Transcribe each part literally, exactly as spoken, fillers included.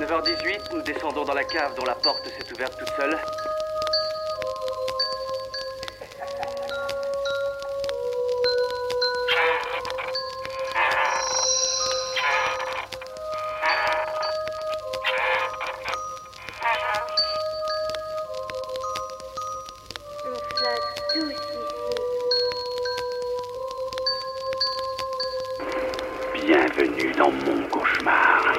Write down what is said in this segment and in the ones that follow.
neuf heures dix-huit, nous descendons dans la cave dont la porte s'est ouverte toute seule. Bienvenue dans mon cauchemar.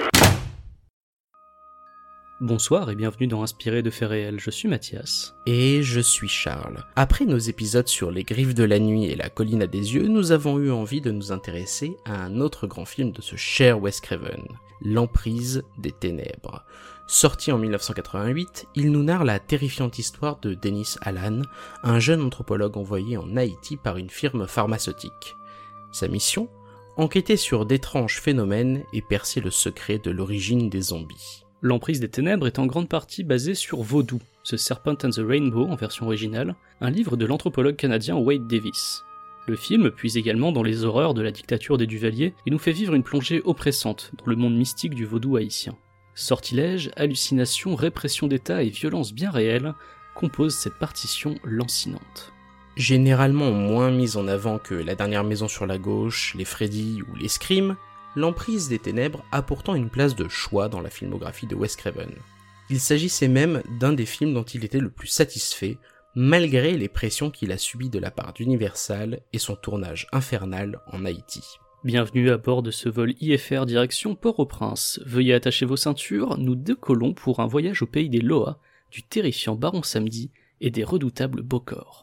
Bonsoir et bienvenue dans Inspiré de faits réels, je suis Mathias. Et je suis Charles. Après nos épisodes sur les griffes de la nuit et la colline à des yeux, nous avons eu envie de nous intéresser à un autre grand film de ce cher Wes Craven, L'Emprise des Ténèbres. Sorti en dix-neuf cent quatre-vingt-huit, il nous narre la terrifiante histoire de Dennis Allan, un jeune anthropologue envoyé en Haïti par une firme pharmaceutique. Sa mission ? Enquêter sur d'étranges phénomènes et percer le secret de l'origine des zombies. L'Emprise des Ténèbres est en grande partie basée sur Vaudou, The Serpent and the Rainbow en version originale, un livre de l'anthropologue canadien Wade Davis. Le film puise également dans les horreurs de la dictature des Duvalier et nous fait vivre une plongée oppressante dans le monde mystique du vaudou haïtien. Sortilèges, hallucinations, répression d'État et violences bien réelles composent cette partition lancinante. Généralement moins mise en avant que La Dernière Maison sur la Gauche, les Freddy ou les Scream, L'Emprise des Ténèbres a pourtant une place de choix dans la filmographie de Wes Craven. Il s'agissait même d'un des films dont il était le plus satisfait, malgré les pressions qu'il a subies de la part d'Universal et son tournage infernal en Haïti. Bienvenue à bord de ce vol I F R direction Port-au-Prince. Veuillez attacher vos ceintures, nous décollons pour un voyage au pays des Loa, du terrifiant Baron Samedi et des redoutables Bokor.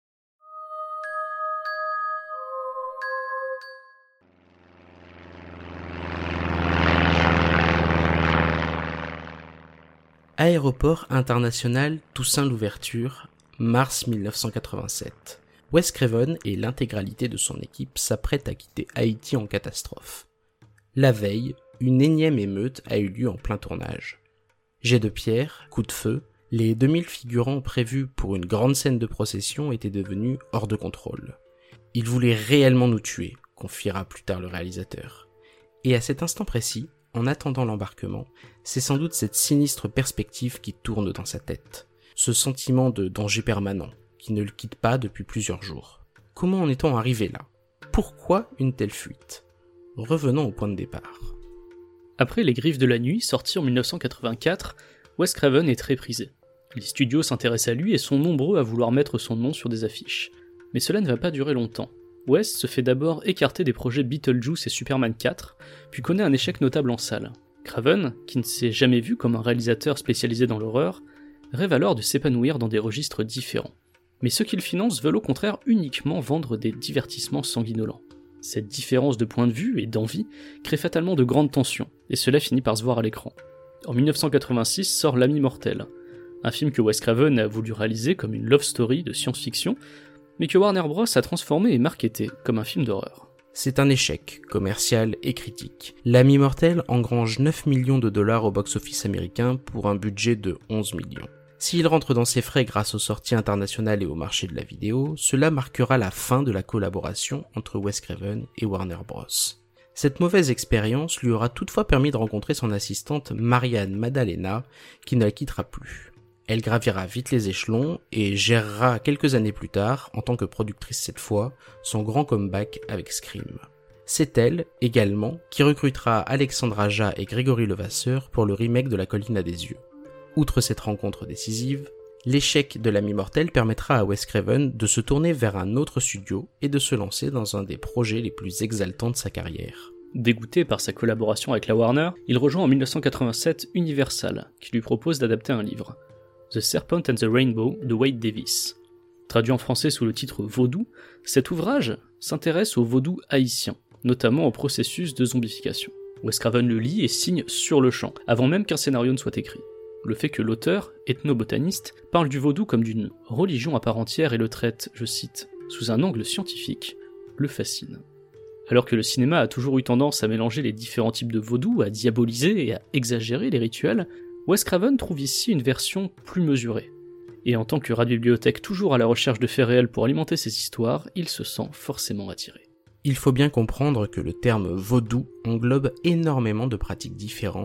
Aéroport international Toussaint-L'Ouverture, mars dix-neuf cent quatre-vingt-sept. Wes Craven et l'intégralité de son équipe s'apprêtent à quitter Haïti en catastrophe. La veille, une énième émeute a eu lieu en plein tournage. Jets de pierre, coups de feu, les deux mille figurants prévus pour une grande scène de procession étaient devenus hors de contrôle. Ils voulaient réellement nous tuer, confiera plus tard le réalisateur. Et à cet instant précis, en attendant l'embarquement, c'est sans doute cette sinistre perspective qui tourne dans sa tête. Ce sentiment de danger permanent, qui ne le quitte pas depuis plusieurs jours. Comment en est-on arrivé là ? Pourquoi une telle fuite ? Revenons au point de départ. Après Les Griffes de la Nuit, sorti en dix-neuf cent quatre-vingt-quatre, Wes Craven est très prisé. Les studios s'intéressent à lui et sont nombreux à vouloir mettre son nom sur des affiches. Mais cela ne va pas durer longtemps. Wes se fait d'abord écarter des projets Beetlejuice et Superman quatre, puis connaît un échec notable en salle. Craven, qui ne s'est jamais vu comme un réalisateur spécialisé dans l'horreur, rêve alors de s'épanouir dans des registres différents. Mais ceux qu'il finance veulent au contraire uniquement vendre des divertissements sanguinolents. Cette différence de point de vue et d'envie crée fatalement de grandes tensions, et cela finit par se voir à l'écran. En dix-neuf cent quatre-vingt-six sort L'Ami Mortel, un film que Wes Craven a voulu réaliser comme une love story de science-fiction, mais que Warner Bros a transformé et marketé comme un film d'horreur. C'est un échec, commercial et critique. L'Ami Mortel engrange neuf millions de dollars au box-office américain pour un budget de onze millions. S'il rentre dans ses frais grâce aux sorties internationales et au marché de la vidéo, cela marquera la fin de la collaboration entre Wes Craven et Warner Bros. Cette mauvaise expérience lui aura toutefois permis de rencontrer son assistante Marianne Maddalena, qui ne la quittera plus. Elle gravira vite les échelons et gérera quelques années plus tard, en tant que productrice cette fois, son grand comeback avec Scream. C'est elle, également, qui recrutera Alexandre Aja et Grégory Levasseur pour le remake de La Colline à des yeux. Outre cette rencontre décisive, l'échec de L'Ami Mortel permettra à Wes Craven de se tourner vers un autre studio et de se lancer dans un des projets les plus exaltants de sa carrière. Dégoûté par sa collaboration avec la Warner, il rejoint en dix-neuf cent quatre-vingt-sept Universal, qui lui propose d'adapter un livre, The Serpent and the Rainbow de Wade Davis. Traduit en français sous le titre Vaudou, cet ouvrage s'intéresse au vaudou haïtien, notamment au processus de zombification. Wes Craven le lit et signe sur le champ, avant même qu'un scénario ne soit écrit. Le fait que l'auteur, ethnobotaniste, parle du vaudou comme d'une religion à part entière et le traite, je cite, sous un angle scientifique, le fascine. Alors que le cinéma a toujours eu tendance à mélanger les différents types de vaudou, à diaboliser et à exagérer les rituels, Wes Craven trouve ici une version plus mesurée. Et en tant que radio-bibliothèque toujours à la recherche de faits réels pour alimenter ses histoires, il se sent forcément attiré. Il faut bien comprendre que le terme vaudou englobe énormément de pratiques différentes,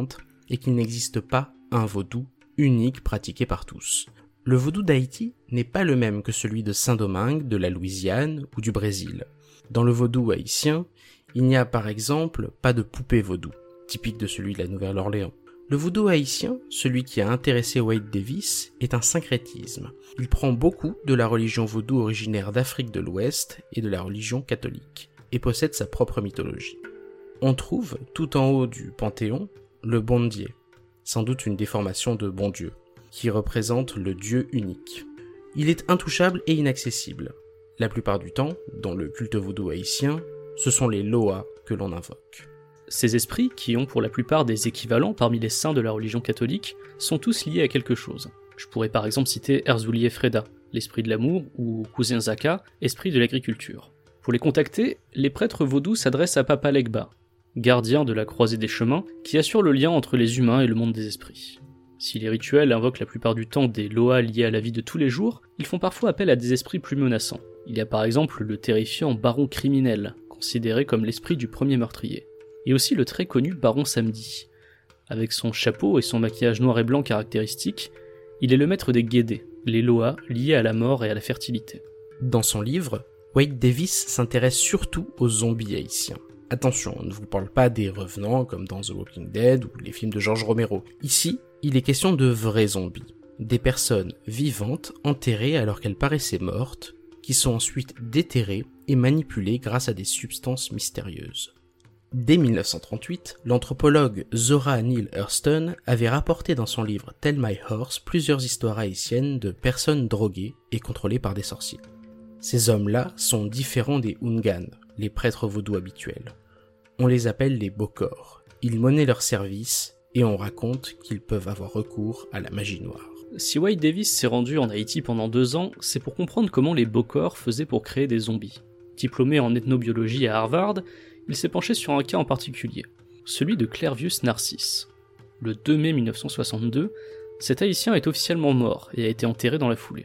et qu'il n'existe pas un vaudou unique pratiqué par tous. Le vaudou d'Haïti n'est pas le même que celui de Saint-Domingue, de la Louisiane ou du Brésil. Dans le vaudou haïtien, il n'y a par exemple pas de poupée vaudou, typique de celui de la Nouvelle-Orléans. Le vaudou haïtien, celui qui a intéressé Wade Davis, est un syncrétisme. Il prend beaucoup de la religion vaudou originaire d'Afrique de l'Ouest et de la religion catholique, et possède sa propre mythologie. On trouve, tout en haut du panthéon, le bondier, sans doute une déformation de bon Dieu, qui représente le Dieu unique. Il est intouchable et inaccessible. La plupart du temps, dans le culte vaudou haïtien, ce sont les loas que l'on invoque. Ces esprits, qui ont pour la plupart des équivalents parmi les saints de la religion catholique, sont tous liés à quelque chose. Je pourrais par exemple citer Erzulie Freda, l'esprit de l'amour, ou Cousin Zaka, esprit de l'agriculture. Pour les contacter, les prêtres vaudous s'adressent à Papa Legba, gardien de la croisée des chemins, qui assure le lien entre les humains et le monde des esprits. Si les rituels invoquent la plupart du temps des loas liés à la vie de tous les jours, ils font parfois appel à des esprits plus menaçants. Il y a par exemple le terrifiant baron criminel, considéré comme l'esprit du premier meurtrier. Et aussi le très connu baron Samedi. Avec son chapeau et son maquillage noir et blanc caractéristique, il est le maître des guédés, les loas liés à la mort et à la fertilité. Dans son livre, Wade Davis s'intéresse surtout aux zombies haïtiens. Attention, on ne vous parle pas des revenants comme dans The Walking Dead ou les films de George Romero. Ici, il est question de vrais zombies. Des personnes vivantes enterrées alors qu'elles paraissaient mortes, qui sont ensuite déterrées et manipulées grâce à des substances mystérieuses. Dès mille neuf cent trente-huit, l'anthropologue Zora Neale Hurston avait rapporté dans son livre Tell My Horse plusieurs histoires haïtiennes de personnes droguées et contrôlées par des sorciers. Ces hommes-là sont différents des Ungan, les prêtres vaudous habituels. On les appelle les Bokors. Ils monnaient leurs services et on raconte qu'ils peuvent avoir recours à la magie noire. Si Wade Davis s'est rendu en Haïti pendant deux ans, c'est pour comprendre comment les Bokors faisaient pour créer des zombies. Diplômé en ethnobiologie à Harvard, il s'est penché sur un cas en particulier, celui de Clervius Narcisse. Le deux mai mille neuf cent soixante-deux, cet haïtien est officiellement mort et a été enterré dans la foulée.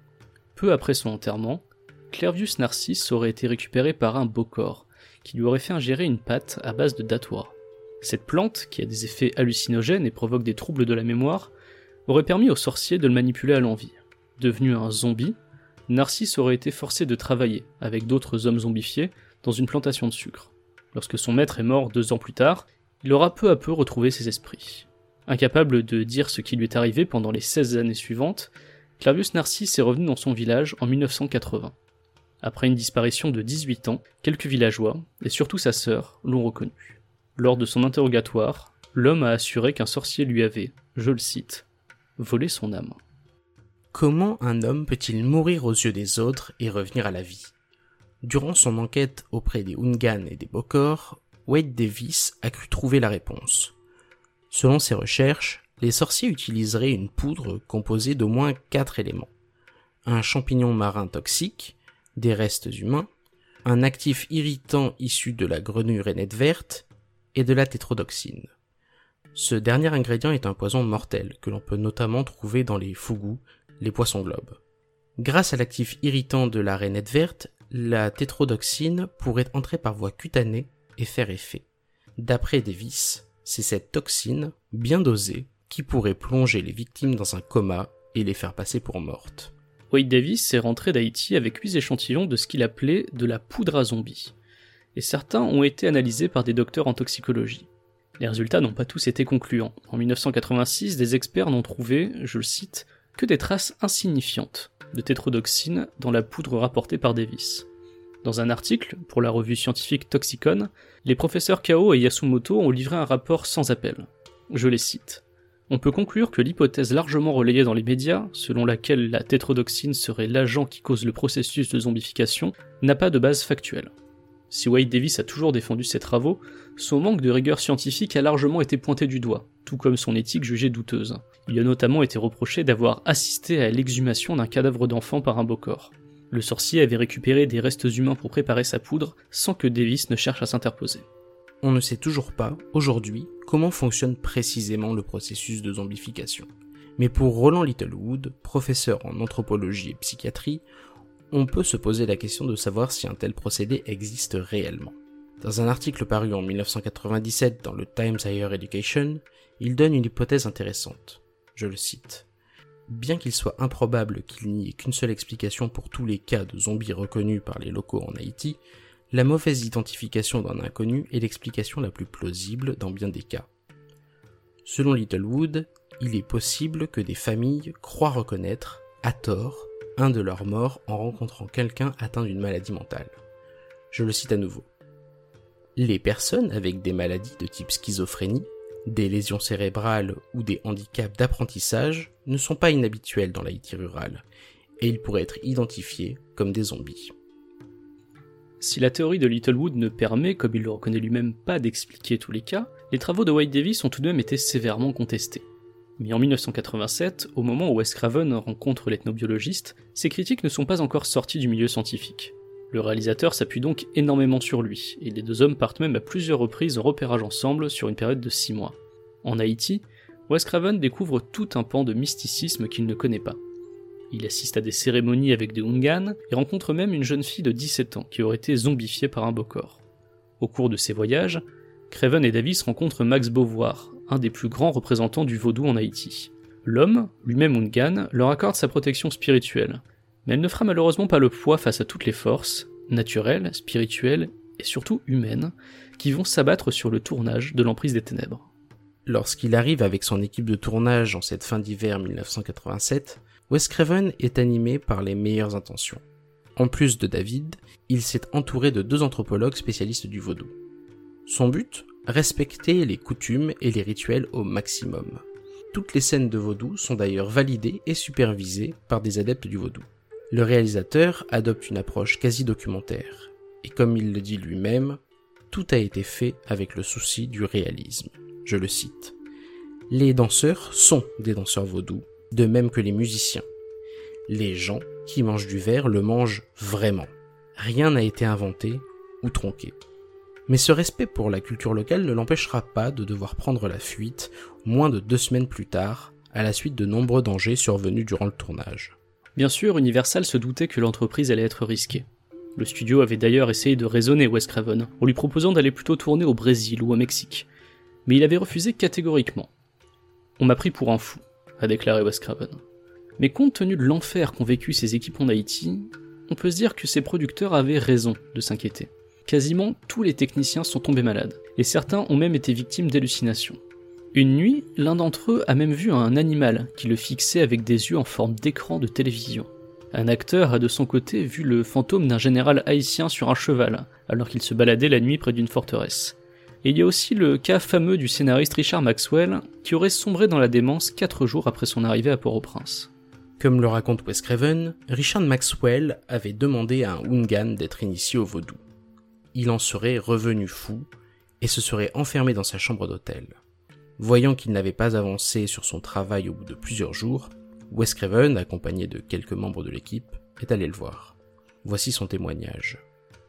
Peu après son enterrement, Clervius Narcisse aurait été récupéré par un Bokor, qui lui aurait fait ingérer une pâte à base de datura. Cette plante, qui a des effets hallucinogènes et provoque des troubles de la mémoire, aurait permis au sorcier de le manipuler à l'envi. Devenu un zombie, Narcisse aurait été forcé de travailler, avec d'autres hommes zombifiés, dans une plantation de sucre. Lorsque son maître est mort deux ans plus tard, il aura peu à peu retrouvé ses esprits. Incapable de dire ce qui lui est arrivé pendant les seize années suivantes, Clervius Narcisse est revenu dans son village en mille neuf cent quatre-vingts. Après une disparition de dix-huit ans, quelques villageois, et surtout sa sœur, l'ont reconnu. Lors de son interrogatoire, l'homme a assuré qu'un sorcier lui avait, je le cite, « volé son âme ». Comment un homme peut-il mourir aux yeux des autres et revenir à la vie ? Durant son enquête auprès des Ungan et des Bokors, Wade Davis a cru trouver la réponse. Selon ses recherches, les sorciers utiliseraient une poudre composée d'au moins quatre éléments. Un champignon marin toxique, des restes humains, un actif irritant issu de la grenouille rainette verte et de la tétrodoxine. Ce dernier ingrédient est un poison mortel que l'on peut notamment trouver dans les fougous, les poissons globes. Grâce à l'actif irritant de la rainette verte, la tétrodoxine pourrait entrer par voie cutanée et faire effet. D'après Davis, c'est cette toxine, bien dosée, qui pourrait plonger les victimes dans un coma et les faire passer pour mortes. Wade Davis est rentré d'Haïti avec huit échantillons de ce qu'il appelait de la poudre à zombies, et certains ont été analysés par des docteurs en toxicologie. Les résultats n'ont pas tous été concluants. En mille neuf cent quatre-vingt-six, des experts n'ont trouvé, je le cite, que des traces insignifiantes de tétrodoxine dans la poudre rapportée par Davis. Dans un article pour la revue scientifique Toxicon, les professeurs Kao et Yasumoto ont livré un rapport sans appel. Je les cite. On peut conclure que l'hypothèse largement relayée dans les médias, selon laquelle la tétrodoxine serait l'agent qui cause le processus de zombification, n'a pas de base factuelle. Si Wade Davis a toujours défendu ses travaux, son manque de rigueur scientifique a largement été pointé du doigt, tout comme son éthique jugée douteuse. Il lui a notamment été reproché d'avoir assisté à l'exhumation d'un cadavre d'enfant par un Bokor. Le sorcier avait récupéré des restes humains pour préparer sa poudre, sans que Davis ne cherche à s'interposer. On ne sait toujours pas, aujourd'hui, comment fonctionne précisément le processus de zombification. Mais pour Roland Littlewood, professeur en anthropologie et psychiatrie, on peut se poser la question de savoir si un tel procédé existe réellement. Dans un article paru en mille neuf cent quatre-vingt-dix-sept dans le Times Higher Education, il donne une hypothèse intéressante. Je le cite. « Bien qu'il soit improbable qu'il n'y ait qu'une seule explication pour tous les cas de zombies reconnus par les locaux en Haïti, la mauvaise identification d'un inconnu est l'explication la plus plausible dans bien des cas. Selon Littlewood, il est possible que des familles croient reconnaître, à tort, un de leurs morts en rencontrant quelqu'un atteint d'une maladie mentale. » Je le cite à nouveau. Les personnes avec des maladies de type schizophrénie, des lésions cérébrales ou des handicaps d'apprentissage ne sont pas inhabituels dans l'Haïti rural, et ils pourraient être identifiés comme des zombies. Si la théorie de Littlewood ne permet, comme il le reconnaît lui-même, pas d'expliquer tous les cas, les travaux de Wade Davis ont tout de même été sévèrement contestés. Mais en mille neuf cent quatre-vingt-sept, au moment où Wes Craven rencontre l'ethnobiologiste, ces critiques ne sont pas encore sorties du milieu scientifique. Le réalisateur s'appuie donc énormément sur lui, et les deux hommes partent même à plusieurs reprises en repérage ensemble sur une période de six mois. En Haïti, Wes Craven découvre tout un pan de mysticisme qu'il ne connaît pas. Il assiste à des cérémonies avec des Hungans, et rencontre même une jeune fille de dix-sept ans qui aurait été zombifiée par un Bokor. Au cours de ces voyages, Craven et Davis rencontrent Max Beauvoir, un des plus grands représentants du vaudou en Haïti. L'homme, lui-même Hungan, leur accorde sa protection spirituelle, mais elle ne fera malheureusement pas le poids face à toutes les forces, naturelles, spirituelles et surtout humaines, qui vont s'abattre sur le tournage de l'Emprise des Ténèbres. Lorsqu'il arrive avec son équipe de tournage en cette fin d'hiver mille neuf cent quatre-vingt-sept, Wes Craven est animé par les meilleures intentions. En plus de David, il s'est entouré de deux anthropologues spécialistes du vaudou. Son but ? Respecter les coutumes et les rituels au maximum. Toutes les scènes de vaudou sont d'ailleurs validées et supervisées par des adeptes du vaudou. Le réalisateur adopte une approche quasi documentaire, et comme il le dit lui-même, tout a été fait avec le souci du réalisme. Je le cite. « Les danseurs sont des danseurs vaudous, de même que les musiciens. Les gens qui mangent du verre le mangent vraiment. Rien n'a été inventé ou tronqué. Mais ce respect pour la culture locale ne l'empêchera pas de devoir prendre la fuite moins de deux semaines plus tard, à la suite de nombreux dangers survenus durant le tournage. » Bien sûr, Universal se doutait que l'entreprise allait être risquée. Le studio avait d'ailleurs essayé de raisonner Wes Craven, en lui proposant d'aller plutôt tourner au Brésil ou au Mexique. Mais il avait refusé catégoriquement. « On m'a pris pour un fou », a déclaré Wes Craven. Mais compte tenu de l'enfer qu'ont vécu ses équipes en Haïti, on peut se dire que ses producteurs avaient raison de s'inquiéter. Quasiment tous les techniciens sont tombés malades, et certains ont même été victimes d'hallucinations. Une nuit, l'un d'entre eux a même vu un animal qui le fixait avec des yeux en forme d'écran de télévision. Un acteur a de son côté vu le fantôme d'un général haïtien sur un cheval, alors qu'il se baladait la nuit près d'une forteresse. Et il y a aussi le cas fameux du scénariste Richard Maxwell, qui aurait sombré dans la démence quatre jours après son arrivée à Port-au-Prince. Comme le raconte Wes Craven, Richard Maxwell avait demandé à un Hungan d'être initié au vaudou. Il en serait revenu fou, et se serait enfermé dans sa chambre d'hôtel. Voyant qu'il n'avait pas avancé sur son travail au bout de plusieurs jours, Wes Craven, accompagné de quelques membres de l'équipe, est allé le voir. Voici son témoignage.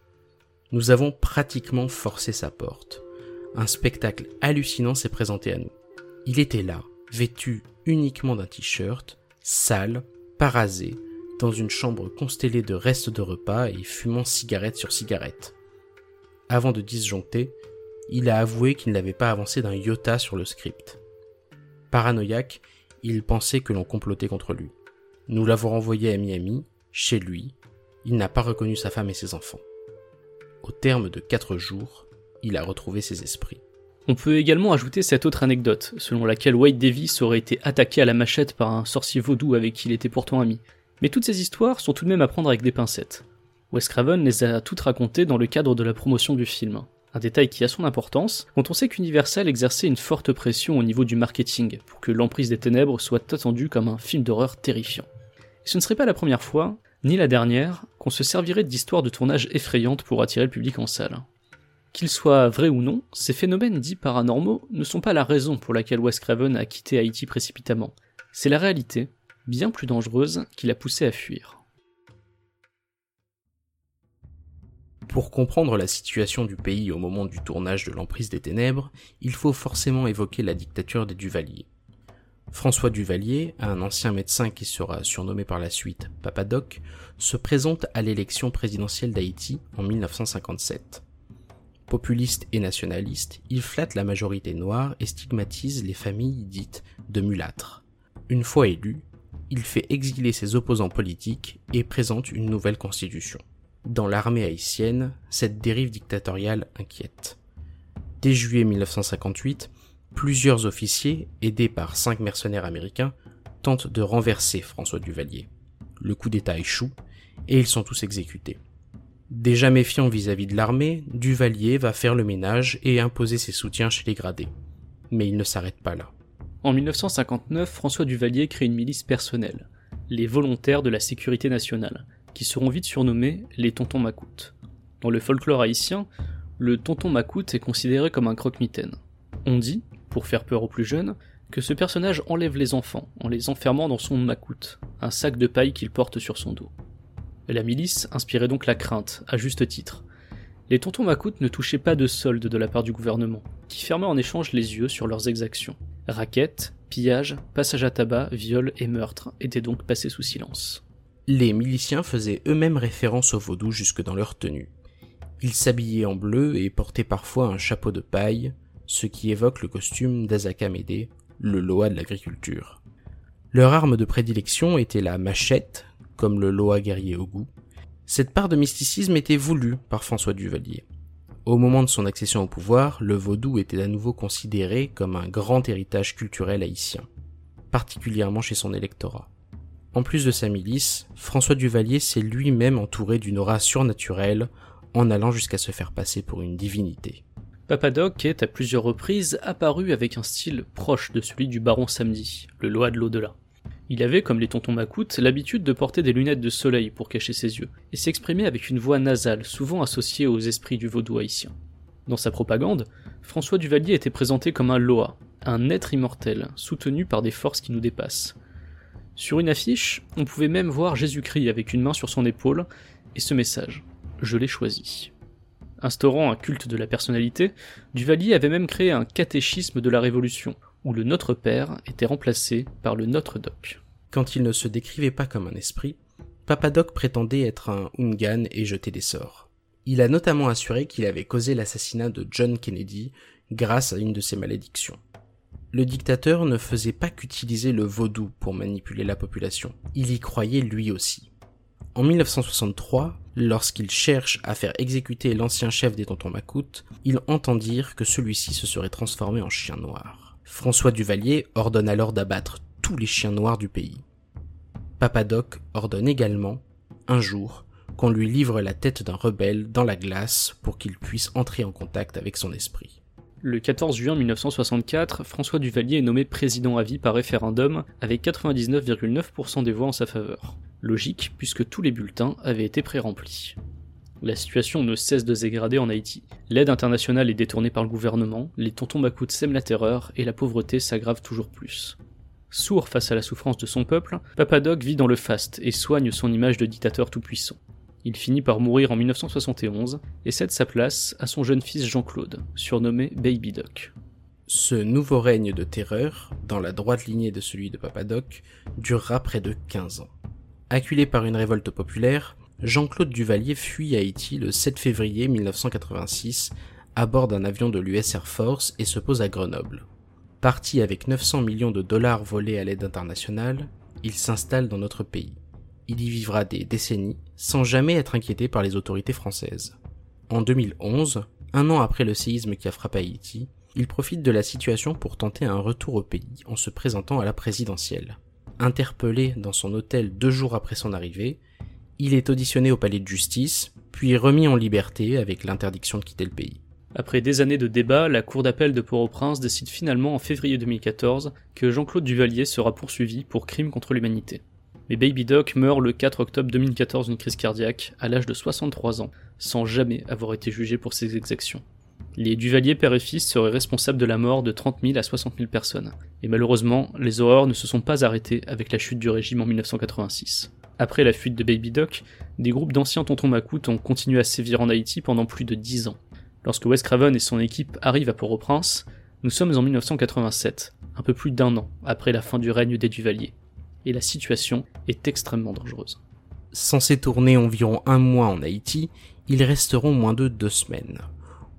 « Nous avons pratiquement forcé sa porte. Un spectacle hallucinant s'est présenté à nous. Il était là, vêtu uniquement d'un t-shirt, sale, parasé, dans une chambre constellée de restes de repas et fumant cigarette sur cigarette. Avant de disjoncter, il a avoué qu'il n'avait pas avancé d'un iota sur le script. Paranoïaque, il pensait que l'on complotait contre lui. Nous l'avons renvoyé à Miami, chez lui. Il n'a pas reconnu sa femme et ses enfants. Au terme de quatre jours, il a retrouvé ses esprits. » On peut également ajouter cette autre anecdote, selon laquelle Wade Davis aurait été attaqué à la machette par un sorcier vaudou avec qui il était pourtant ami. Mais toutes ces histoires sont tout de même à prendre avec des pincettes. Wes Craven les a toutes racontées dans le cadre de la promotion du film. Un détail qui a son importance, quand on sait qu'Universal exerçait une forte pression au niveau du marketing pour que l'Emprise des Ténèbres soit attendue comme un film d'horreur terrifiant. Et ce ne serait pas la première fois, ni la dernière, qu'on se servirait d'histoires de tournage effrayantes pour attirer le public en salle. Qu'ils soient vrais ou non, ces phénomènes dits paranormaux ne sont pas la raison pour laquelle Wes Craven a quitté Haïti précipitamment. C'est la réalité, bien plus dangereuse, qui l'a poussé à fuir. Pour comprendre la situation du pays au moment du tournage de l'Emprise des Ténèbres, il faut forcément évoquer la dictature des Duvalier. François Duvalier, un ancien médecin qui sera surnommé par la suite Papa Doc, se présente à l'élection présidentielle d'Haïti en mille neuf cent cinquante-sept. Populiste et nationaliste, il flatte la majorité noire et stigmatise les familles dites de mulâtres. Une fois élu, il fait exiler ses opposants politiques et présente une nouvelle constitution. Dans l'armée haïtienne, cette dérive dictatoriale inquiète. Dès juillet mille neuf cent cinquante-huit, plusieurs officiers, aidés par cinq mercenaires américains, tentent de renverser François Duvalier. Le coup d'État échoue et ils sont tous exécutés. Déjà méfiant vis-à-vis de l'armée, Duvalier va faire le ménage et imposer ses soutiens chez les gradés. Mais il ne s'arrête pas là. En mille neuf cent cinquante-neuf, François Duvalier crée une milice personnelle, les Volontaires de la Sécurité Nationale, qui seront vite surnommés les Tontons Macoutes. Dans le folklore haïtien, le Tonton Macoute est considéré comme un croque-mitaine. On dit, pour faire peur aux plus jeunes, que ce personnage enlève les enfants en les enfermant dans son macoute, un sac de paille qu'il porte sur son dos. La milice inspirait donc la crainte, à juste titre. Les tontons macoutes ne touchaient pas de solde de la part du gouvernement, qui fermait en échange les yeux sur leurs exactions. Raquettes, pillages, passage à tabac, viols et meurtres étaient donc passés sous silence. Les miliciens faisaient eux-mêmes référence au vaudou jusque dans leur tenue. Ils s'habillaient en bleu et portaient parfois un chapeau de paille, ce qui évoque le costume d'Azaka Médé, le Loa de l'agriculture. Leur arme de prédilection était la machette, comme le Loa guerrier Ogou. Cette part de mysticisme était voulue par François Duvalier. Au moment de son accession au pouvoir, le vaudou était à nouveau considéré comme un grand héritage culturel haïtien, particulièrement chez son électorat. En plus de sa milice, François Duvalier s'est lui-même entouré d'une aura surnaturelle, en allant jusqu'à se faire passer pour une divinité. Papa Doc est à plusieurs reprises apparu avec un style proche de celui du baron Samedi, le Loa de l'au-delà. Il avait, comme les tontons macoutes, l'habitude de porter des lunettes de soleil pour cacher ses yeux, et s'exprimait avec une voix nasale, souvent associée aux esprits du vaudou haïtien. Dans sa propagande, François Duvalier était présenté comme un Loa, un être immortel, soutenu par des forces qui nous dépassent. Sur une affiche, on pouvait même voir Jésus-Christ avec une main sur son épaule, et ce message « Je l'ai choisi ». Instaurant un culte de la personnalité, Duvalier avait même créé un catéchisme de la Révolution, où le Notre Père était remplacé par le Notre Doc. Quand il ne se décrivait pas comme un esprit, Papa Doc prétendait être un Hungan et jeter des sorts. Il a notamment assuré qu'il avait causé l'assassinat de John Kennedy grâce à une de ses malédictions. Le dictateur ne faisait pas qu'utiliser le vaudou pour manipuler la population, il y croyait lui aussi. En mille neuf cent soixante-trois, lorsqu'il cherche à faire exécuter l'ancien chef des tontons macoutes, il entend dire que celui-ci se serait transformé en chien noir. François Duvalier ordonne alors d'abattre tous les chiens noirs du pays. Papa Doc ordonne également, un jour, qu'on lui livre la tête d'un rebelle dans la glace pour qu'il puisse entrer en contact avec son esprit. Le quatorze juin mille neuf cent soixante-quatre, François Duvalier est nommé président à vie par référendum avec quatre-vingt-dix-neuf virgule neuf pour cent des voix en sa faveur. Logique, puisque tous les bulletins avaient été pré-remplis. La situation ne cesse de se dégrader en Haïti. L'aide internationale est détournée par le gouvernement, les tontons macoutes sèment la terreur et la pauvreté s'aggrave toujours plus. Sourd face à la souffrance de son peuple, Papa Doc vit dans le faste et soigne son image de dictateur tout-puissant. Il finit par mourir en mille neuf cent soixante et onze et cède sa place à son jeune fils Jean-Claude, surnommé Baby Doc. Ce nouveau règne de terreur, dans la droite lignée de celui de Papa Doc, durera près de quinze ans. Acculé par une révolte populaire, Jean-Claude Duvalier fuit Haïti le sept février mille neuf cent quatre-vingt-six à bord d'un avion de l'U S Air Force et se pose à Grenoble. Parti avec neuf cents millions de dollars volés à l'aide internationale, il s'installe dans notre pays. Il y vivra des décennies sans jamais être inquiété par les autorités françaises. En deux mille onze, un an après le séisme qui a frappé Haïti, il profite de la situation pour tenter un retour au pays en se présentant à la présidentielle. Interpellé dans son hôtel deux jours après son arrivée, il est auditionné au palais de justice, puis remis en liberté avec l'interdiction de quitter le pays. Après des années de débats, la cour d'appel de Port-au-Prince décide finalement en février deux mille quatorze que Jean-Claude Duvalier sera poursuivi pour crime contre l'humanité. Mais Baby Doc meurt le quatre octobre deux mille quatorze d'une crise cardiaque à l'âge de soixante-trois ans, sans jamais avoir été jugé pour ses exactions. Les Duvalier père et fils seraient responsables de la mort de trente mille à soixante mille personnes. Et malheureusement, les horreurs ne se sont pas arrêtées avec la chute du régime en mille neuf cent quatre-vingt-six. Après la fuite de Baby Doc, des groupes d'anciens tontons macoutes ont continué à sévir en Haïti pendant plus de dix ans. Lorsque Wes Craven et son équipe arrivent à Port-au-Prince, nous sommes en mille neuf cent quatre-vingt-sept, un peu plus d'un an après la fin du règne des Duvalier. Et la situation est extrêmement dangereuse. Censés tourner environ un mois en Haïti, ils resteront moins de deux semaines.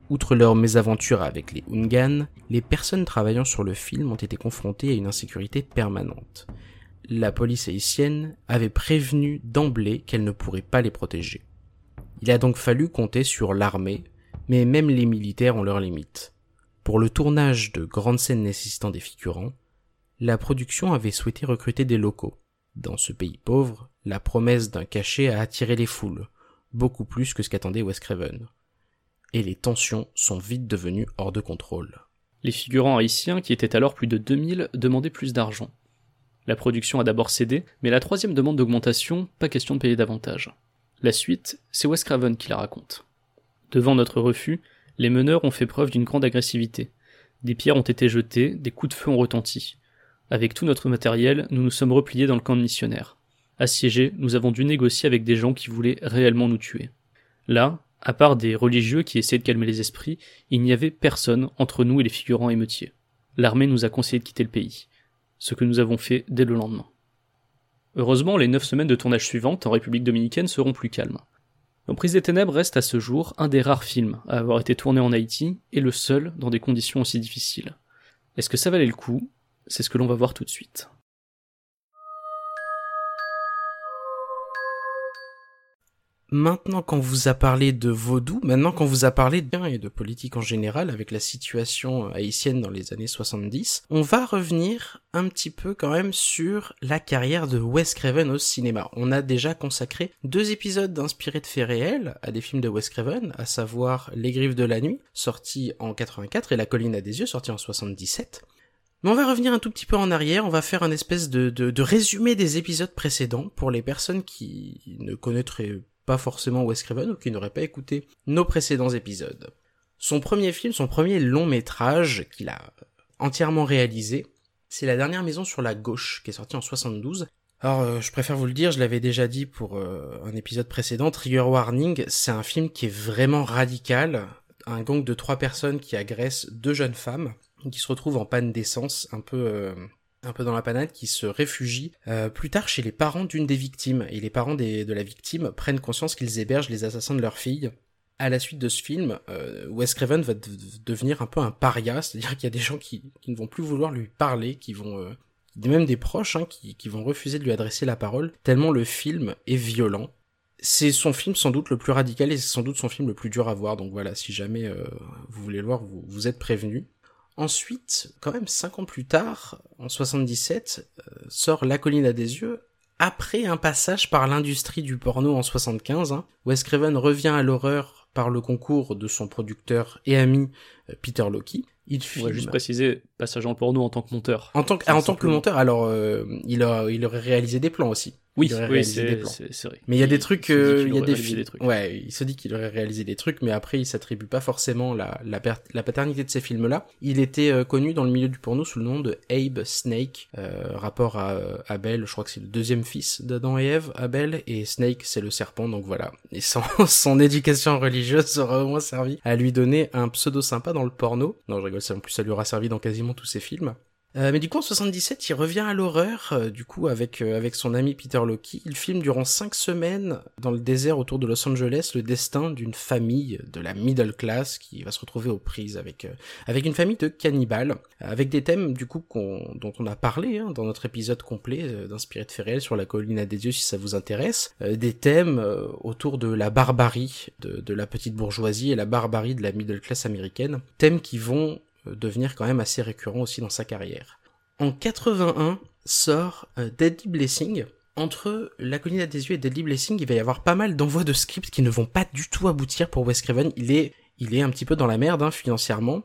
Outre leur mésaventure avec les Hungan, les personnes travaillant sur le film ont été confrontées à une insécurité permanente. La police haïtienne avait prévenu d'emblée qu'elle ne pourrait pas les protéger. Il a donc fallu compter sur l'armée, mais même les militaires ont leurs limites. Pour le tournage de grandes scènes nécessitant des figurants, la production avait souhaité recruter des locaux. Dans ce pays pauvre, la promesse d'un cachet a attiré les foules, beaucoup plus que ce qu'attendait Wes Craven. Et les tensions sont vite devenues hors de contrôle. Les figurants haïtiens, qui étaient alors plus de deux mille, demandaient plus d'argent. La production a d'abord cédé, mais la troisième demande d'augmentation, pas question de payer davantage. La suite, c'est Wes Craven qui la raconte. Devant notre refus, les meneurs ont fait preuve d'une grande agressivité. Des pierres ont été jetées, des coups de feu ont retenti. Avec tout notre matériel, nous nous sommes repliés dans le camp de missionnaires. Assiégés, nous avons dû négocier avec des gens qui voulaient réellement nous tuer. Là, à part des religieux qui essayaient de calmer les esprits, il n'y avait personne entre nous et les figurants émeutiers. L'armée nous a conseillé de quitter le pays. Ce que nous avons fait dès le lendemain. Heureusement, les neuf semaines de tournage suivantes en République Dominicaine seront plus calmes. L'Emprise des Ténèbres reste à ce jour un des rares films à avoir été tourné en Haïti et le seul dans des conditions aussi difficiles. Est-ce que ça valait le coup ? C'est ce que l'on va voir tout de suite. Maintenant qu'on vous a parlé de vaudou, maintenant qu'on vous a parlé de bien et de politique en général avec la situation haïtienne dans les années soixante-dix, on va revenir un petit peu quand même sur la carrière de Wes Craven au cinéma. On a déjà consacré deux épisodes inspirés de faits réels à des films de Wes Craven, à savoir Les Griffes de la Nuit, sorti en quatre-vingt-quatre, et La Colline à des yeux, sorti en soixante-dix-sept. Mais on va revenir un tout petit peu en arrière, on va faire un espèce de, de, de résumé des épisodes précédents pour les personnes qui ne connaîtraient pas forcément Wes Craven ou qui n'auraient pas écouté nos précédents épisodes. Son premier film, son premier long métrage qu'il a entièrement réalisé, c'est La Dernière Maison sur la Gauche, qui est sorti en soixante-douze. Alors, euh, je préfère vous le dire, je l'avais déjà dit pour euh, un épisode précédent, Trigger Warning, c'est un film qui est vraiment radical, un gang de trois personnes qui agressent deux jeunes femmes, qui se retrouvent en panne d'essence, un peu... Euh, un peu dans la panade, qui se réfugient euh, plus tard chez les parents d'une des victimes. Et les parents des, de la victime prennent conscience qu'ils hébergent les assassins de leur fille. À la suite de ce film, euh, Wes Craven va de- devenir un peu un paria, c'est-à-dire qu'il y a des gens qui, qui ne vont plus vouloir lui parler, qui vont... Euh, même des proches hein, qui, qui vont refuser de lui adresser la parole, tellement le film est violent. C'est son film sans doute le plus radical et c'est sans doute son film le plus dur à voir, donc voilà, si jamais euh, vous voulez le voir, vous, vous êtes prévenus. Ensuite, quand même cinq ans plus tard, en soixante-dix-sept, euh, sort La Colline à des yeux, après un passage par l'industrie du porno en soixante-quinze. Hein. Wes Craven revient à l'horreur par le concours de son producteur et ami euh, Peter Locke. Il filme... On va juste préciser, passage en porno en tant que monteur. En tant que, ah, en tant que monteur, alors euh, il, a, il aurait réalisé des plans aussi. Oui, oui c'est, c'est, c'est vrai. Mais il y a il, des trucs, il, euh, il y a des films. Ouais, il se dit qu'il aurait réalisé des trucs, mais après il s'attribue pas forcément la, la, per- la paternité de ces films-là. Il était euh, connu dans le milieu du porno sous le nom de Abe Snake, euh, rapport à euh, Abel, je crois que c'est le deuxième fils d'Adam et Ève, Abel, et Snake c'est le serpent, donc voilà. Et son, son éducation religieuse aura au moins servi à lui donner un pseudo sympa dans le porno. Non, je rigole, ça en plus ça lui aura servi dans quasiment tous ses films. Euh, mais du coup en soixante-dix-sept il revient à l'horreur euh, du coup avec euh, avec son ami Peter Locke. Il filme durant cinq semaines dans le désert autour de Los Angeles le destin d'une famille de la middle class qui va se retrouver aux prises avec euh, avec une famille de cannibales, avec des thèmes du coup qu'on, dont on a parlé hein, dans notre épisode complet euh, d'Inspiré de faits réels sur La Colline à des yeux si ça vous intéresse, euh, des thèmes euh, autour de la barbarie de, de la petite bourgeoisie et la barbarie de la middle class américaine, thèmes qui vont devenir quand même assez récurrent aussi dans sa carrière. En quatre-vingt-un sort euh, Deadly Blessing. Entre La Colline à des yeux et Deadly Blessing, il va y avoir pas mal d'envois de scripts qui ne vont pas du tout aboutir pour Wes Craven. Il est, il est un petit peu dans la merde hein, financièrement.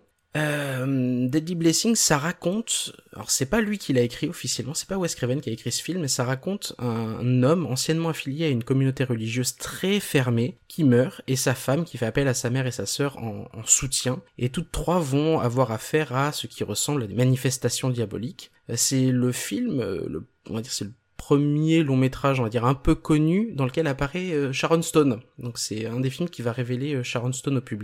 Euh, Deadly Blessing, ça raconte... Alors c'est pas lui qui l'a écrit officiellement, c'est pas Wes Craven qui a écrit ce film, mais ça raconte un, un homme anciennement affilié à une communauté religieuse très fermée qui meurt, et sa femme qui fait appel à sa mère et sa sœur en, en soutien, et toutes trois vont avoir affaire à ce qui ressemble à des manifestations diaboliques. C'est le film, le, on va dire c'est le premier long métrage, on va dire un peu connu, dans lequel apparaît Sharon Stone. Donc c'est un des films qui va révéler Sharon Stone au public.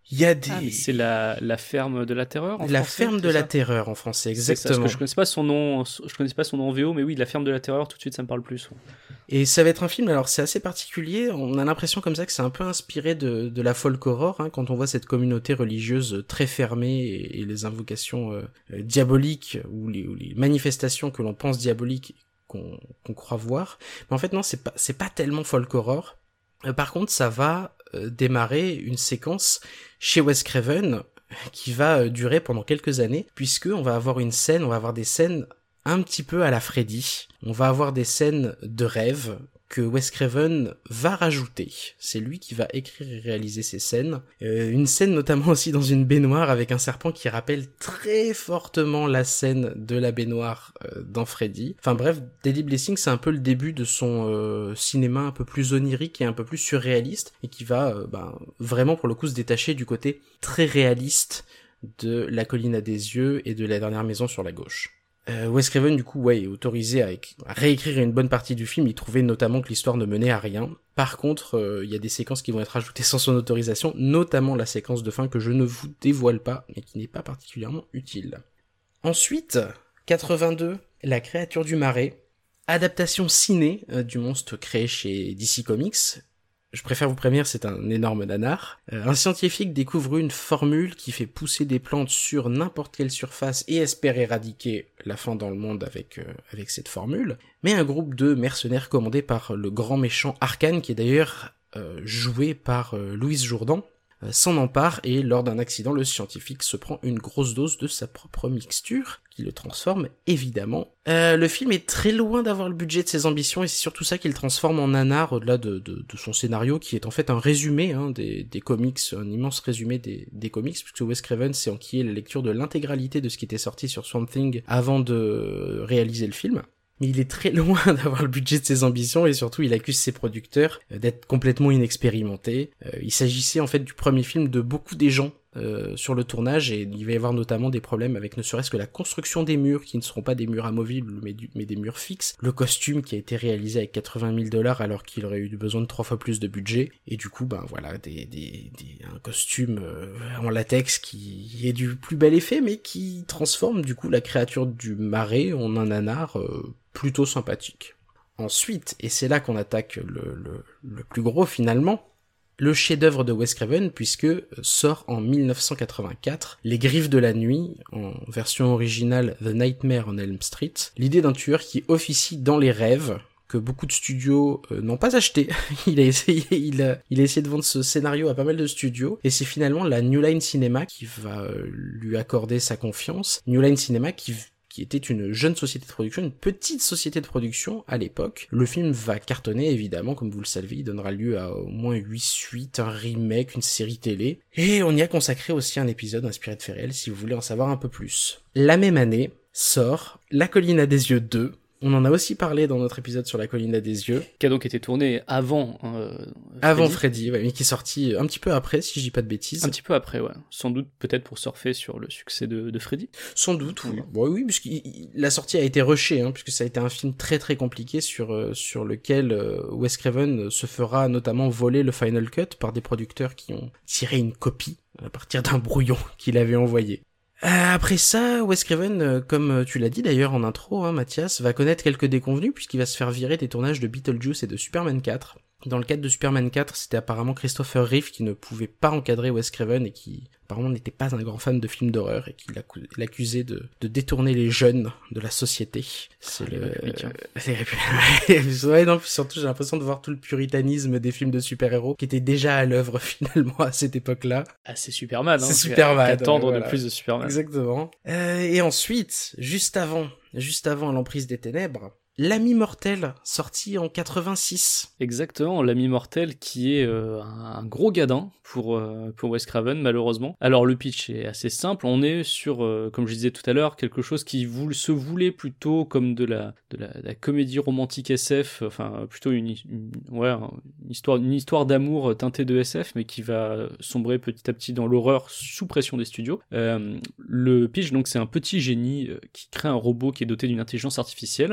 Il y a des... Ah, mais c'est la, la ferme de la terreur en La français, ferme de c'est la ça terreur en français, C'est ça, exactement. parce que je connaissais pas son nom, je connaissais pas son nom en V O, mais oui, la ferme de la terreur, tout de suite, ça me parle plus. Et ça va être un film, alors c'est assez particulier, on a l'impression comme ça que c'est un peu inspiré de, de la folk horror, hein, quand on voit cette communauté religieuse très fermée et, et les invocations euh, euh, diaboliques, ou les, ou les manifestations que l'on pense diaboliques, qu'on, qu'on croit voir. Mais en fait non, c'est pas, c'est pas tellement folk horror. Euh, par contre, ça va euh, démarrer une séquence chez Wes Craven qui va euh, durer pendant quelques années, puisque on va avoir une scène, on va avoir des scènes un petit peu à la Freddy. On va avoir des scènes de rêve que Wes Craven va rajouter. C'est lui qui va écrire et réaliser ces scènes. Euh, une scène notamment aussi dans une baignoire avec un serpent qui rappelle très fortement la scène de la baignoire euh, dans Freddy. Enfin bref, Deadly Blessing, c'est un peu le début de son euh, cinéma un peu plus onirique et un peu plus surréaliste, et qui va euh, ben, vraiment pour le coup se détacher du côté très réaliste de La Colline à des yeux et de La Dernière Maison sur la gauche. Euh, Wes Craven, du coup, ouais, est autorisé à, éc- à réécrire une bonne partie du film. Il trouvait notamment que l'histoire ne menait à rien. Par contre, il euh, y a des séquences qui vont être ajoutées sans son autorisation, notamment la séquence de fin que je ne vous dévoile pas, mais qui n'est pas particulièrement utile. Ensuite, quatre-vingt-deux, La Créature du Marais, adaptation ciné euh, du monstre créé chez D C Comics. Je préfère vous prévenir, c'est un énorme nanar. Euh, un scientifique découvre une formule qui fait pousser des plantes sur n'importe quelle surface et espère éradiquer la faim dans le monde avec euh, avec cette formule. Mais un groupe de mercenaires commandés par le grand méchant Arcane, qui est d'ailleurs euh, joué par euh, Louise Jourdan, euh, s'en empare, et lors d'un accident, le scientifique se prend une grosse dose de sa propre mixture, qui le transforme, évidemment. Euh, le film est très loin d'avoir le budget de ses ambitions, et c'est surtout ça qui le transforme en nanar, au-delà de, de, de son scénario, qui est en fait un résumé hein, des, des comics, un immense résumé des, des comics, puisque Wes Craven s'est enquillé la lecture de l'intégralité de ce qui était sorti sur Swamp Thing avant de réaliser le film. Mais il est très loin d'avoir le budget de ses ambitions, et surtout il accuse ses producteurs d'être complètement inexpérimentés. Euh, il s'agissait en fait du premier film de beaucoup des gens euh, sur le tournage, et il va y avoir notamment des problèmes avec ne serait-ce que la construction des murs, qui ne seront pas des murs amovibles mais, du, mais des murs fixes, le costume qui a été réalisé avec quatre-vingt mille dollars alors qu'il aurait eu besoin de trois fois plus de budget, et du coup ben voilà des, des, des un costume euh, en latex qui est du plus bel effet, mais qui transforme du coup la créature du marais en un nanar euh, plutôt sympathique. Ensuite, et c'est là qu'on attaque le, le, le plus gros finalement, le chef-d'œuvre de Wes Craven, puisque sort en mille neuf cent quatre-vingt-quatre Les Griffes de la Nuit, en version originale The Nightmare on Elm Street, l'idée d'un tueur qui officie dans les rêves, que beaucoup de studios euh, n'ont pas acheté. il a essayé, il a, il a essayé de vendre ce scénario à pas mal de studios, et c'est finalement la New Line Cinema qui va euh, lui accorder sa confiance. New Line Cinema qui qui était une jeune société de production, une petite société de production à l'époque. Le film va cartonner, évidemment, comme vous le savez, il donnera lieu à au moins huit suites, un remake, une série télé, et on y a consacré aussi un épisode inspiré de faits réels, si vous voulez en savoir un peu plus. La même année, sort La Colline à des yeux deux. On en a aussi parlé dans notre épisode sur La Colline à des yeux. Qui a donc été tourné avant euh, Freddy. Avant Freddy, ouais, mais qui est sorti un petit peu après, si je dis pas de bêtises. Un petit peu après, ouais. Sans doute peut-être pour surfer sur le succès de, de Freddy. Sans doute, oui. Bon, oui, puisque la sortie a été rushée, hein, puisque ça a été un film très très compliqué sur euh, sur lequel euh, Wes Craven se fera notamment voler le Final Cut par des producteurs qui ont tiré une copie à partir d'un brouillon qu'il avait envoyé. Euh, après ça, Wes Craven, euh, comme tu l'as dit d'ailleurs en intro, hein, Mathias, va connaître quelques déconvenus puisqu'il va se faire virer des tournages de Beetlejuice et de Superman quatre. Dans le cadre de Superman quatre, c'était apparemment Christopher Reeve qui ne pouvait pas encadrer Wes Craven et qui apparemment n'était pas un grand fan de films d'horreur et qui l'accusait de, de détourner les jeunes de la société. C'est les le... républicains. Les républicains. Ouais, non, surtout j'ai l'impression de voir tout le puritanisme des films de super-héros qui était déjà à l'œuvre finalement à cette époque-là. Ah, c'est Superman, hein. C'est Superman. Qu'attendre ouais, voilà. de plus de Superman. Exactement. Euh, et ensuite, juste avant, juste avant l'emprise des ténèbres, L'Ami Mortel, sorti en quatre-vingt-six. Exactement, L'Ami Mortel qui est euh, un gros gadin pour, euh, pour Wes Craven, malheureusement. Alors le pitch est assez simple, on est sur, euh, comme je disais tout à l'heure, quelque chose qui voulait, se voulait plutôt comme de la, de la, de la comédie romantique S F, enfin plutôt une, une, ouais, une histoire, une histoire d'amour teintée de S F, mais qui va sombrer petit à petit dans l'horreur sous pression des studios. Euh, le pitch, donc, c'est un petit génie euh, qui crée un robot qui est doté d'une intelligence artificielle. La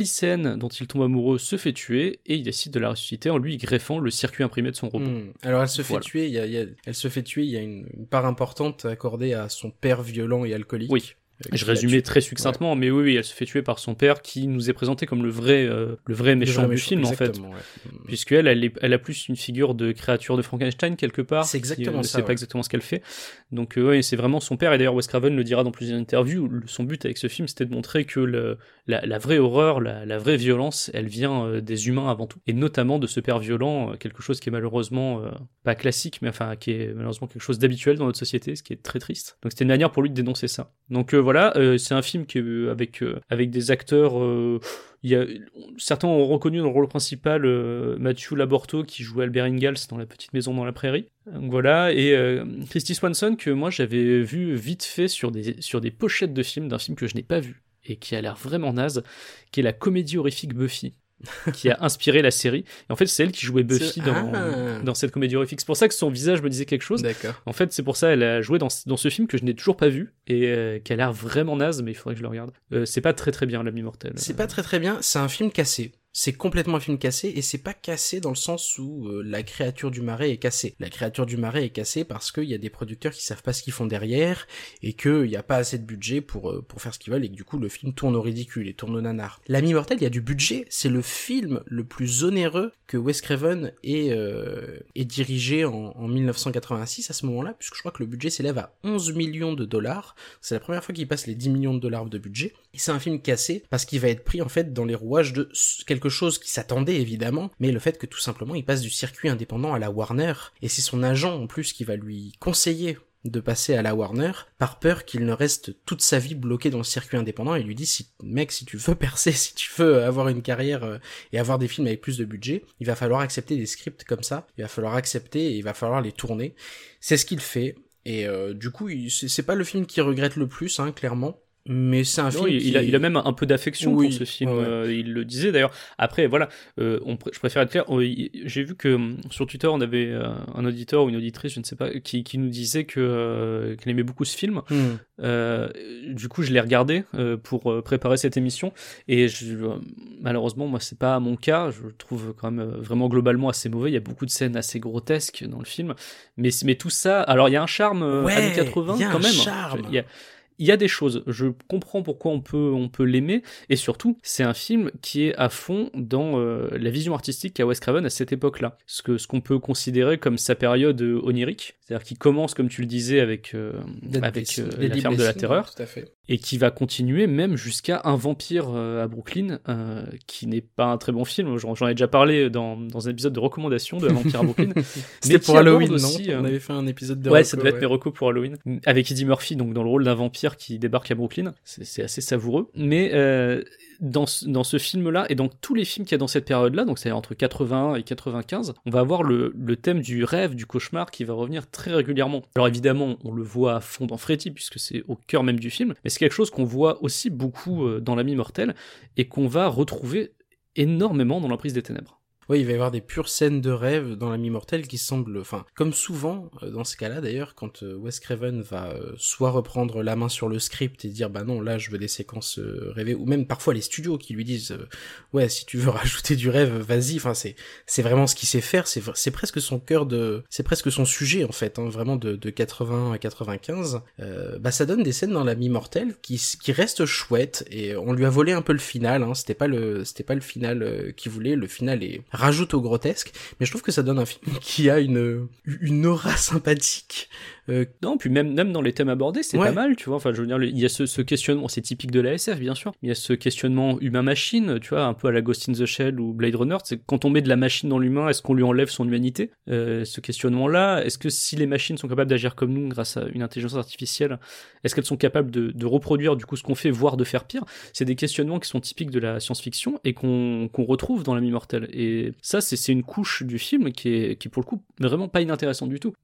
Alicenne, dont il tombe amoureux, se fait tuer et il décide de la ressusciter en lui greffant le circuit imprimé de son robot. Mmh. Alors elle se fait Voilà. tuer, il y a, il y a, elle se fait tuer, il y a une, une part importante accordée à son père violent et alcoolique. Oui. euh, Je qui la résumais tue. très succinctement, ouais. mais oui, oui, elle se fait tuer par son père qui nous est présenté comme le vrai, euh, le vrai méchant Le du méchant, film en fait. exactement, ouais. Puisqu'elle, elle, est- elle a plus une figure de créature de Frankenstein quelque part. C'est exactement qui, euh, ça, C'est pas ouais. exactement ce qu'elle fait. Donc euh, ouais, c'est vraiment son père. Et d'ailleurs, Wes Craven le dira dans plusieurs interviews. le- Son but avec ce film, c'était de montrer que le, la, la vraie horreur, la, la vraie violence, elle vient euh, des humains avant tout. Et notamment de ce père violent, euh, quelque chose qui est malheureusement euh, pas classique, mais enfin qui est malheureusement quelque chose d'habituel dans notre société, ce qui est très triste. Donc c'était une manière pour lui de dénoncer ça. Donc euh, voilà, euh, c'est un film qui est, euh, avec euh, avec des acteurs. Euh, il y a, certains ont reconnu dans le rôle principal euh, Matthew Laborto qui jouait Albert Ingalls dans La Petite Maison dans la Prairie. Donc voilà, et euh, Christy Swanson que moi j'avais vu vite fait sur des, sur des pochettes de films d'un film que je n'ai pas vu et qui a l'air vraiment naze, qui est la comédie horrifique Buffy, qui a inspiré la série. Et en fait, c'est elle qui jouait Buffy C'est- dans, Ah. dans cette comédie horrifique. C'est pour ça que son visage me disait quelque chose. D'accord. En fait, c'est pour ça qu'elle a joué dans, dans ce film que je n'ai toujours pas vu et euh, qui a l'air vraiment naze, mais il faudrait que je le regarde. Euh, c'est pas très très bien, L'Ami Mortel. C'est pas très très bien, c'est un film cassé. C'est complètement un film cassé, et c'est pas cassé dans le sens où euh, la créature du marais est cassée. La créature du marais est cassée parce qu'il y a des producteurs qui savent pas ce qu'ils font derrière, et qu'il y a pas assez de budget pour euh, pour faire ce qu'ils veulent, et que du coup le film tourne au ridicule et tourne au nanar. L'Ami Mortel, il y a du budget, c'est le film le plus onéreux que Wes Craven ait, euh, ait dirigé en, en mille neuf cent quatre-vingt-six à ce moment-là, puisque je crois que le budget s'élève à onze millions de dollars. C'est la première fois qu'il passe les dix millions de dollars de budget. Et c'est un film cassé parce qu'il va être pris en fait dans les rouages de quelque chose qui s'attendait évidemment, mais le fait que tout simplement il passe du circuit indépendant à la Warner, et c'est son agent en plus qui va lui conseiller de passer à la Warner, par peur qu'il ne reste toute sa vie bloqué dans le circuit indépendant, et il lui dit, si, mec, si tu veux percer, si tu veux avoir une carrière euh, et avoir des films avec plus de budget, il va falloir accepter des scripts comme ça, il va falloir accepter et il va falloir les tourner. C'est ce qu'il fait, et euh, du coup, il, c'est, c'est pas le film qu'il regrette le plus, hein, clairement. Mais c'est un Non, film il, qui... il a, il a même un peu d'affection Oui, pour ce film. ouais, ouais. Euh, il le disait d'ailleurs. Après, voilà, euh, on, pr- je préfère être clair. On- il- j'ai vu que euh, sur Twitter, on avait euh, un auditeur ou une auditrice, je ne sais pas, qui, qui nous disait que euh, qu'elle aimait beaucoup ce film. Hmm. Euh, du coup, je l'ai regardé euh, pour euh, préparer cette émission. Et je, euh, malheureusement, moi, c'est pas mon cas. Je le trouve quand même euh, vraiment globalement assez mauvais. Il y a beaucoup de scènes assez grotesques dans le film. Mais, mais tout ça, alors il y a un charme euh, Ouais, années quatre-vingts il y a quand un même. charme. Il y a, il y a des choses, je comprends pourquoi on peut, on peut l'aimer, et surtout, c'est un film qui est à fond dans euh, la vision artistique qu'a Wes Craven à cette époque-là. Ce, que, ce qu'on peut considérer comme sa période euh, onirique, c'est-à-dire qui commence, comme tu le disais, avec, euh, avec euh, La Ferme de la Terreur, tout à fait. et qui va continuer même jusqu'à Un Vampire euh, à Brooklyn, euh, qui n'est pas un très bon film, j'en, j'en ai déjà parlé dans, dans un épisode de recommandation de Un Vampire à Brooklyn. C'était pour Halloween, aussi, non euh, On avait fait un épisode de Ouais, reco, ça devait être ouais. mes recos pour Halloween. Avec Eddie Murphy, donc dans le rôle d'un vampire qui débarque à Brooklyn. C'est, c'est assez savoureux. Mais euh, dans, ce, dans ce film-là, et dans tous les films qu'il y a dans cette période-là, donc c'est entre quatre-vingt-un et quatre-vingt-quinze, on va avoir le, le thème du rêve, du cauchemar qui va revenir très régulièrement. Alors évidemment, on le voit à fond dans Freddy, puisque c'est au cœur même du film, mais c'est quelque chose qu'on voit aussi beaucoup euh, dans L'Ami Mortel, et qu'on va retrouver énormément dans La Prise des Ténèbres. Oui, il va y avoir des pures scènes de rêve dans L'Ami Mortel qui semblent, enfin, comme souvent euh, dans ce cas-là d'ailleurs, quand euh, Wes Craven va euh, soit reprendre la main sur le script et dire bah non, là je veux des séquences euh, rêvées, ou même parfois les studios qui lui disent euh, ouais, si tu veux rajouter du rêve, vas-y. Enfin, c'est c'est vraiment ce qu'il sait faire, c'est c'est presque son cœur de, c'est presque son sujet en fait, hein, vraiment de de quatre-vingts à quatre-vingt-quinze. Euh, bah ça donne des scènes dans L'Ami Mortel qui qui restent chouettes, et on lui a volé un peu le final, hein, c'était pas le c'était pas le final euh, qu'il voulait, le final est rajoute au grotesque, mais je trouve que ça donne un film qui a une une aura sympathique. Euh, Non, puis même, même dans les thèmes abordés, c'est Ouais. pas mal, tu vois. Enfin, je veux dire, le- il y a ce, ce questionnement, c'est typique de la S F, bien sûr. Il y a ce questionnement humain-machine, tu vois, un peu à la Ghost in the Shell ou Blade Runner. C'est quand on met de la machine dans l'humain, est-ce qu'on lui enlève son humanité? euh, Ce questionnement-là, est-ce que si les machines sont capables d'agir comme nous grâce à une intelligence artificielle, est-ce qu'elles sont capables de, de reproduire du coup ce qu'on fait, voire de faire pire? C'est des questionnements qui sont typiques de la science-fiction et qu'on qu'on retrouve dans L'Ami Mortel. Et ça, c'est c'est une couche du film qui est, qui est pour le coup vraiment pas inintéressante du tout.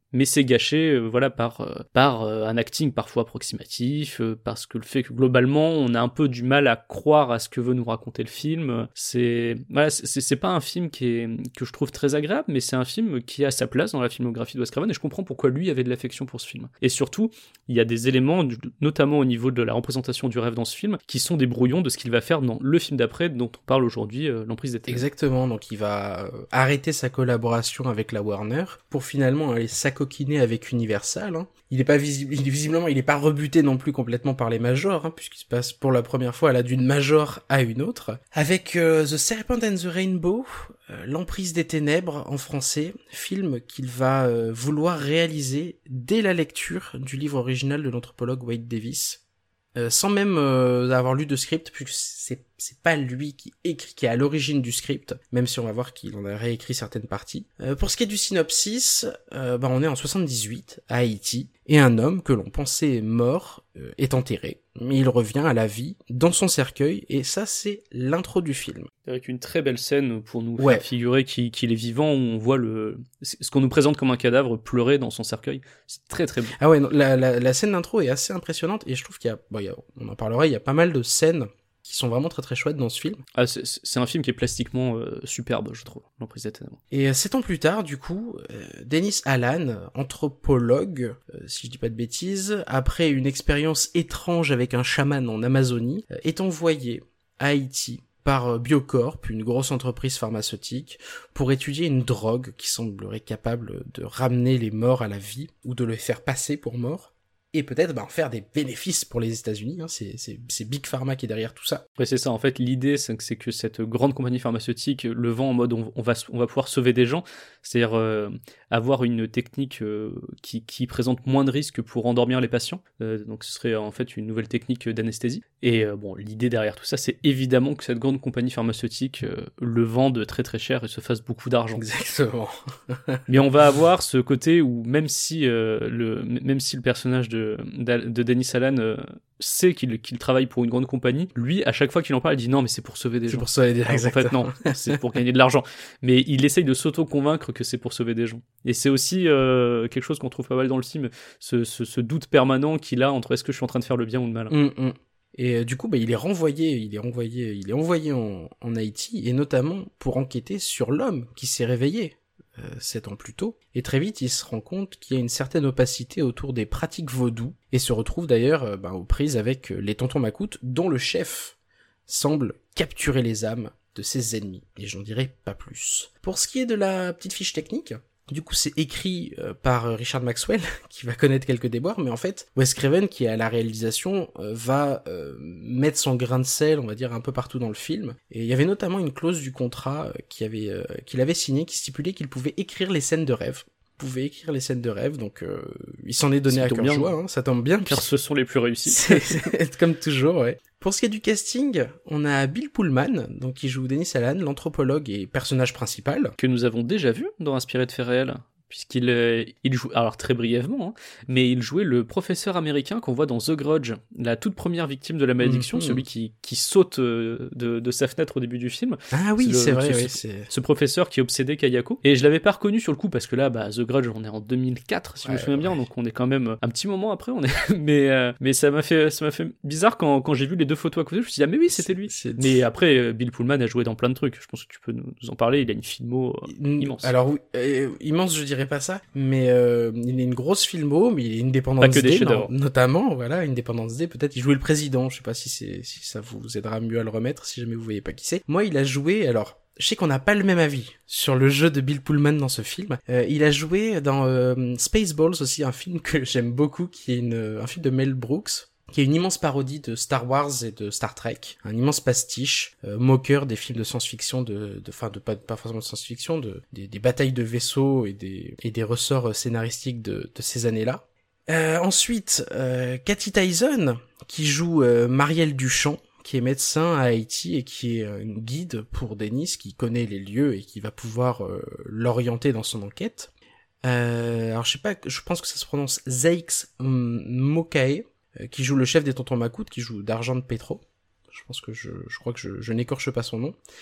mais c'est gâché euh, voilà par euh, par euh, un acting parfois approximatif, euh, parce que le fait que globalement on a un peu du mal à croire à ce que veut nous raconter le film. C'est voilà, c'est, c'est pas un film qui est que je trouve très agréable, mais c'est un film qui a sa place dans la filmographie de Wes Craven, et je comprends pourquoi lui avait de l'affection pour ce film. Et surtout, il y a des éléments, notamment au niveau de la représentation du rêve dans ce film, qui sont des brouillons de ce qu'il va faire dans le film d'après dont on parle aujourd'hui, euh, L'Emprise des Ténèbres. Exactement, donc il va euh, arrêter sa collaboration avec la Warner pour finalement aller s'acoquiner avec Universal. Hein. Il est pas visible, il est visiblement, il est pas rebuté non plus complètement par les majors, hein, puisqu'il se passe pour la première fois là d'une major à une autre. Avec euh, The Serpent and the Rainbow, euh, L'Emprise des Ténèbres en français, film qu'il va euh, vouloir réaliser dès la lecture du livre original de l'anthropologue Wade Davis. Euh, sans même euh, avoir lu de script, puisque c'est c'est pas lui qui écrit, qui est à l'origine du script, même si on va voir qu'il en a réécrit certaines parties. Euh, pour ce qui est du synopsis, euh, bah on est en soixante-dix-huit à Haïti, et un homme que l'on pensait mort euh, est enterré, mais il revient à la vie dans son cercueil, et ça c'est l'intro du film. Avec une très belle scène pour nous ouais. faire figurer qu'il, qu'il est vivant, où on voit le ce qu'on nous présente comme un cadavre pleurer dans son cercueil. C'est très très beau. Ah ouais, non, la, la, la scène d'intro est assez impressionnante, et je trouve qu'il y a, bon, il y a on en parlera, il y a pas mal de scènes qui sont vraiment très très chouettes dans ce film. Ah, c'est, c'est un film qui est plastiquement euh, superbe, je trouve, L'Emprise des Ténèbres. Et euh, sept ans plus tard, du coup, euh, Dennis Allan, anthropologue, euh, si je dis pas de bêtises, après une expérience étrange avec un chaman en Amazonie, euh, est envoyé à Haïti par euh, Biocorp, une grosse entreprise pharmaceutique, pour étudier une drogue qui semblerait capable de ramener les morts à la vie, ou de les faire passer pour morts. Et peut-être bah, en faire des bénéfices pour les États-Unis. Hein. C'est, c'est, c'est Big Pharma qui est derrière tout ça. Ouais, c'est ça. En fait, l'idée, c'est que, c'est que cette grande compagnie pharmaceutique le vend en mode on, on, va, on va pouvoir sauver des gens. C'est-à-dire euh, avoir une technique euh, qui, qui présente moins de risques pour endormir les patients. Euh, donc ce serait en fait une nouvelle technique d'anesthésie. Et euh, bon, l'idée derrière tout ça, c'est évidemment que cette grande compagnie pharmaceutique euh, le vende très très cher et se fasse beaucoup d'argent. Exactement. Mais on va avoir ce côté où même si, euh, le, même si le personnage de de, de Dennis Allan euh, sait qu'il, qu'il travaille pour une grande compagnie, lui, à chaque fois qu'il en parle, il dit non, mais c'est pour sauver des c'est gens. C'est pour sauver des gens. En fait, non, c'est pour gagner de l'argent. Mais il essaye de s'auto-convaincre que c'est pour sauver des gens. Et c'est aussi euh, quelque chose qu'on trouve pas mal dans le film, ce, ce, ce doute permanent qu'il a entre est-ce que je suis en train de faire le bien ou le mal. Mm, mm. Et euh, du coup, bah, il est renvoyé, il est renvoyé, il est envoyé en, en Haïti, et notamment pour enquêter sur l'homme qui s'est réveillé euh, sept ans plus tôt. Et très vite, il se rend compte qu'il y a une certaine opacité autour des pratiques vaudou, et se retrouve d'ailleurs euh, bah, aux prises avec les tontons macoutes, dont le chef semble capturer les âmes de ses ennemis. Et j'en dirai pas plus. Pour ce qui est de la petite fiche technique, du coup, c'est écrit euh, par Richard Maxwell, qui va connaître quelques déboires, mais en fait, Wes Craven, qui est à la réalisation, euh, va euh, mettre son grain de sel, on va dire, un peu partout dans le film. Et il y avait notamment une clause du contrat euh, qui avait, euh, qu'il avait signé, qui stipulait qu'il pouvait écrire les scènes de rêve. Pouvait écrire les scènes de rêve, donc euh, il s'en est donné à cœur joie, hein, ça tombe bien. Car ce sont les plus réussis. C'est, c'est comme toujours, ouais. Pour ce qui est du casting, on a Bill Pullman, donc qui joue Dennis Allan, l'anthropologue et personnage principal. Que nous avons déjà vu dans Inspiré de faits réels. Puisqu'il euh, il joue, alors très brièvement, hein, mais il jouait le professeur américain qu'on voit dans The Grudge, la toute première victime de la malédiction, mmh, celui qui, qui saute euh, de, de sa fenêtre au début du film. Ah oui, c'est, le, c'est vrai, ce, oui, c'est... ce professeur qui est obsédé Kayako. Et je l'avais pas reconnu sur le coup, parce que là, bah, The Grudge, on est en deux mille quatre, si ouais, je me souviens ouais. bien, donc on est quand même un petit moment après, on est... mais, euh, mais ça m'a fait, ça m'a fait bizarre quand, quand j'ai vu les deux photos à côté, je me suis dit, ah mais oui, c'était lui. C'est... Mais après, euh, Bill Pullman a joué dans plein de trucs, je pense que tu peux nous, nous en parler, il a une filmo euh, immense. Alors oui, euh, immense, je dirais pas ça, mais Mais euh, il est une grosse filmo, mais il est Independence Pas que Day, des non, notamment, voilà, Independence Day, peut-être il jouait le président, je sais pas si c'est si ça vous aidera mieux à le remettre, si jamais vous voyez pas qui c'est. Moi, il a joué, alors, je sais qu'on n'a pas le même avis sur le jeu de Bill Pullman dans ce film. Euh, il a joué dans euh, Spaceballs aussi, un film que j'aime beaucoup, qui est une, un film de Mel Brooks, qui est une immense parodie de Star Wars et de Star Trek, un immense pastiche, euh, moqueur des films de science-fiction, de, de, enfin, de pas, pas forcément de science-fiction, de, des, des batailles de vaisseaux et des, et des ressorts scénaristiques de, de ces années-là. Euh, ensuite, euh, Cathy Tyson, qui joue euh, Marielle Duchamp, qui est médecin à Haïti et qui est euh, une guide pour Dennis, qui connaît les lieux et qui va pouvoir euh, l'orienter dans son enquête. Euh, alors je sais pas, je pense que ça se prononce Zeix Mokae, qui joue le chef des tontons macoutes, qui joue D'Argent de Petro. Je pense que je, je crois que je, je n'écorche pas son nom.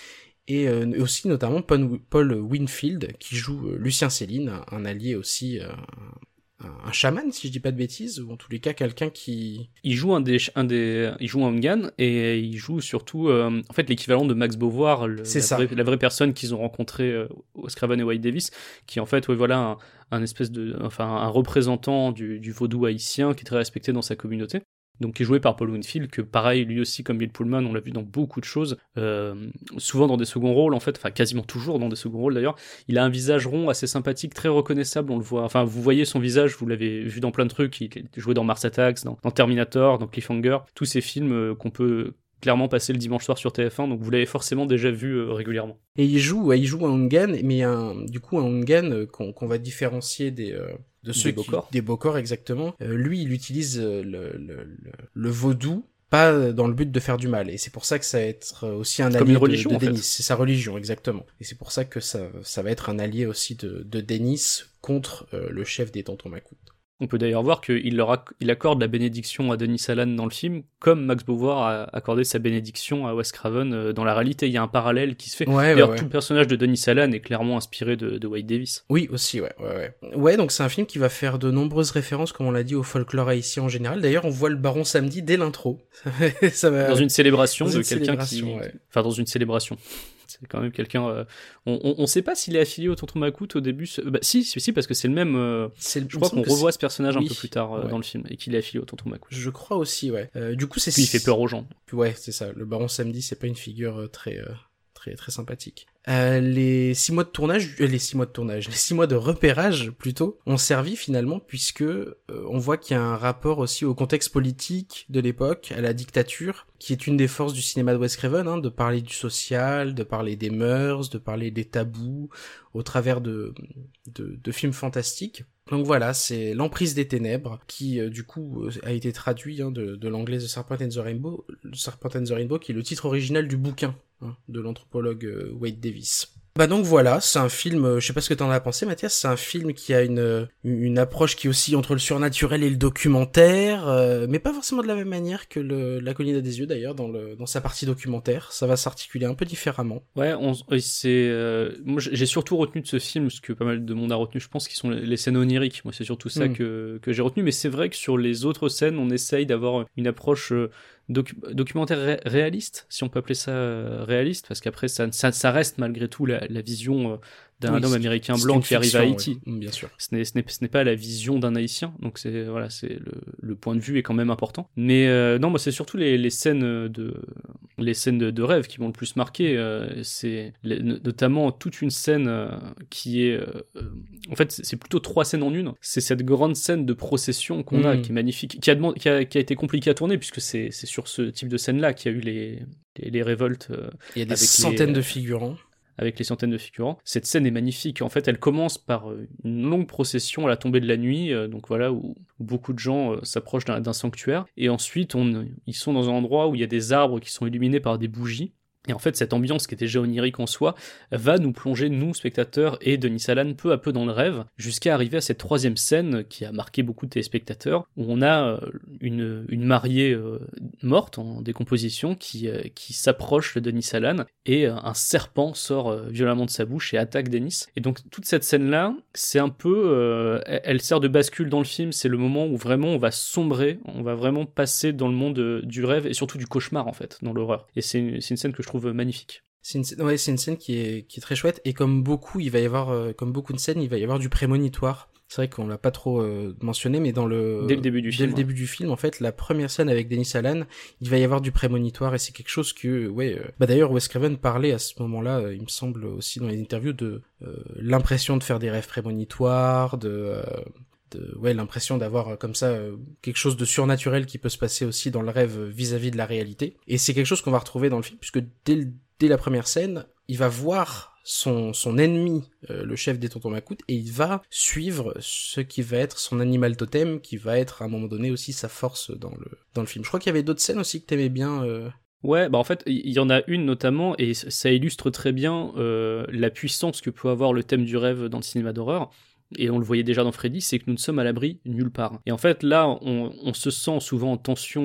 et euh, aussi notamment Paul, Paul Winfield qui joue euh, Lucien Céline, un, un allié aussi, euh, un, un chaman si je dis pas de bêtises, ou en tous les cas quelqu'un qui... Il joue un des, un des, il joue un Hungan et il joue surtout, euh, en fait, l'équivalent de Max Beauvoir, le, C'est la, ça. vraie, la vraie personne qu'ils ont rencontrée, euh, Wes Craven et Wade Davis, qui en fait, ouais, voilà, un, un espèce de, enfin, un représentant du, du vaudou haïtien qui est très respecté dans sa communauté. Donc qui est joué par Paul Winfield, que pareil, lui aussi comme Bill Pullman, on l'a vu dans beaucoup de choses, euh, souvent dans des seconds rôles en fait, enfin quasiment toujours dans des seconds rôles d'ailleurs. Il a un visage rond assez sympathique, très reconnaissable, on le voit, enfin vous voyez son visage, vous l'avez vu dans plein de trucs, il est joué dans Mars Attacks, dans, dans Terminator, dans Cliffhanger, tous ces films euh, qu'on peut clairement passer le dimanche soir sur T F un, donc vous l'avez forcément déjà vu euh, régulièrement. Et il joue, ouais, il joue un Hungan, mais un, du coup un Hungan euh, qu'on, qu'on va différencier des... Euh... de ceux des qui, Bokor. des Bokor exactement. Euh, lui, il utilise euh, le, le, le, le vaudou, pas dans le but de faire du mal. Et c'est pour ça que ça va être aussi un c'est allié comme une religion, de, de en Dennis. fait. C'est sa religion, exactement. Et c'est pour ça que ça, ça va être un allié aussi de, de Dennis contre euh, le chef des Tontons Macoutes. On peut d'ailleurs voir qu'il leur acc- il accorde la bénédiction à Denis Allan dans le film, comme Max Beauvoir a accordé sa bénédiction à Wes Craven euh, dans la réalité. Il y a un parallèle qui se fait. Ouais, D'ailleurs, ouais, ouais. tout le personnage de Denis Allan est clairement inspiré de, de Wade Davis. Oui, aussi, ouais, ouais, ouais. Ouais, donc c'est un film qui va faire de nombreuses références, comme on l'a dit, au folklore haïtien en général. D'ailleurs, on voit le Baron Samedi dès l'intro. Ça va... Dans une célébration dans de une quelqu'un qui... célébration, ouais. Enfin, dans une célébration. C'est quand même quelqu'un... Euh... On, on, on sait pas s'il est affilié au Tonton Macoute au début. Bah, si, si, si, parce que c'est le même... Euh... C'est le... Je crois qu'on revoit ce personnage oui, un peu plus tard euh, ouais. dans le film, et qu'il est affilié au Tonton Macoute. Je crois aussi, ouais. Euh, du coup, c'est... Puis il fait peur aux gens. Ouais, c'est ça. Le Baron Samedi, c'est pas une figure euh, très... Euh... Très, très sympathique. Euh, les six mois de tournage, euh, les six mois de tournage, les six mois de repérage plutôt, ont servi finalement puisque euh, on voit qu'il y a un rapport aussi au contexte politique de l'époque, à la dictature, qui est une des forces du cinéma de Wes Craven, hein, de parler du social, de parler des mœurs, de parler des tabous, au travers de, de, de films fantastiques. Donc voilà, c'est L'Emprise des Ténèbres, qui euh, du coup a été traduit hein, de, de l'anglais The Serpent and the Rainbow, The Serpent and the Rainbow, qui est le titre original du bouquin hein, de l'anthropologue euh, Wade Davis. Bah donc voilà, c'est un film, euh, je sais pas ce que t'en as pensé Mathias, c'est un film qui a une une approche qui oscille entre le surnaturel et le documentaire, euh, mais pas forcément de la même manière que le, La Colline à des yeux d'ailleurs dans le dans sa partie documentaire, ça va s'articuler un peu différemment. Ouais, on, c'est euh, moi j'ai surtout retenu de ce film, ce que pas mal de monde a retenu, je pense, qui sont les, les scènes oniriques. Moi c'est surtout ça mm. que que j'ai retenu, mais c'est vrai que sur les autres scènes, on essaye d'avoir une approche euh, Docu- documentaire ré- réaliste, si on peut appeler ça euh, réaliste, parce qu'après ça, ça, ça reste malgré tout la, la vision euh, d'un oui, homme américain blanc qui arrive à Haïti. Oui, bien sûr. Ce n'est, ce, n'est, ce n'est pas la vision d'un Haïtien, donc c'est voilà, c'est le, le point de vue est quand même important. Mais euh, non, moi c'est surtout les, les scènes de les scènes de, de rêve qui m'ont le plus marqué. Euh, c'est les, notamment toute une scène euh, qui est, euh, en fait, c'est plutôt trois scènes en une. C'est cette grande scène de procession qu'on mmh. a, qui est magnifique, qui a, demandé, qui a, qui a été compliquée à tourner puisque c'est, c'est sur ce type de scène-là qu'il y a eu les les, les révoltes. Euh, Il y a des centaines les, de figurants. Avec les centaines de figurants. Cette scène est magnifique. En fait, elle commence par une longue procession à la tombée de la nuit, euh, donc voilà, où, où beaucoup de gens euh, s'approchent d'un, d'un sanctuaire. Et ensuite, on, ils sont dans un endroit où il y a des arbres qui sont illuminés par des bougies. Et en fait, cette ambiance qui est déjà onirique en soi va nous plonger, nous, spectateurs, et Denis Allan, peu à peu dans le rêve, jusqu'à arriver à cette troisième scène qui a marqué beaucoup de téléspectateurs, où on a une, une mariée euh, morte en décomposition qui, euh, qui s'approche de Denis Allan, et un serpent sort euh, violemment de sa bouche et attaque Denis. Et donc, toute cette scène-là, c'est un peu... Euh, elle sert de bascule dans le film, c'est le moment où vraiment on va sombrer, on va vraiment passer dans le monde euh, du rêve, et surtout du cauchemar, en fait, dans l'horreur. Et c'est une, c'est une scène que je trouve magnifique. C'est une, ouais, c'est une scène qui est, qui est très chouette, et comme beaucoup, il va y avoir, euh, comme beaucoup de scènes, il va y avoir du prémonitoire. C'est vrai qu'on l'a pas trop euh, mentionné, mais dans le... Dès le début du dès film. Dès le début du film, en fait, la première scène avec Denis Allan, il va y avoir du prémonitoire, et c'est quelque chose que, ouais... Euh... Bah d'ailleurs, Wes Craven parlait à ce moment-là, euh, il me semble aussi dans les interviews, de euh, l'impression de faire des rêves prémonitoires, de... Euh... De, ouais, l'impression d'avoir euh, comme ça euh, quelque chose de surnaturel qui peut se passer aussi dans le rêve euh, vis-à-vis de la réalité. Et c'est quelque chose qu'on va retrouver dans le film, puisque dès, le, dès la première scène, il va voir son, son ennemi, euh, le chef des Tontons Macoutes, et il va suivre ce qui va être son animal totem, qui va être à un moment donné aussi sa force dans le, dans le film. Je crois qu'il y avait d'autres scènes aussi que t'aimais bien... Euh... Ouais, bah en fait, il y en a une notamment, et ça illustre très bien euh, la puissance que peut avoir le thème du rêve dans le cinéma d'horreur. Et on le voyait déjà dans Freddy, c'est que nous ne sommes à l'abri nulle part. Et en fait, là, on, on se sent souvent en tension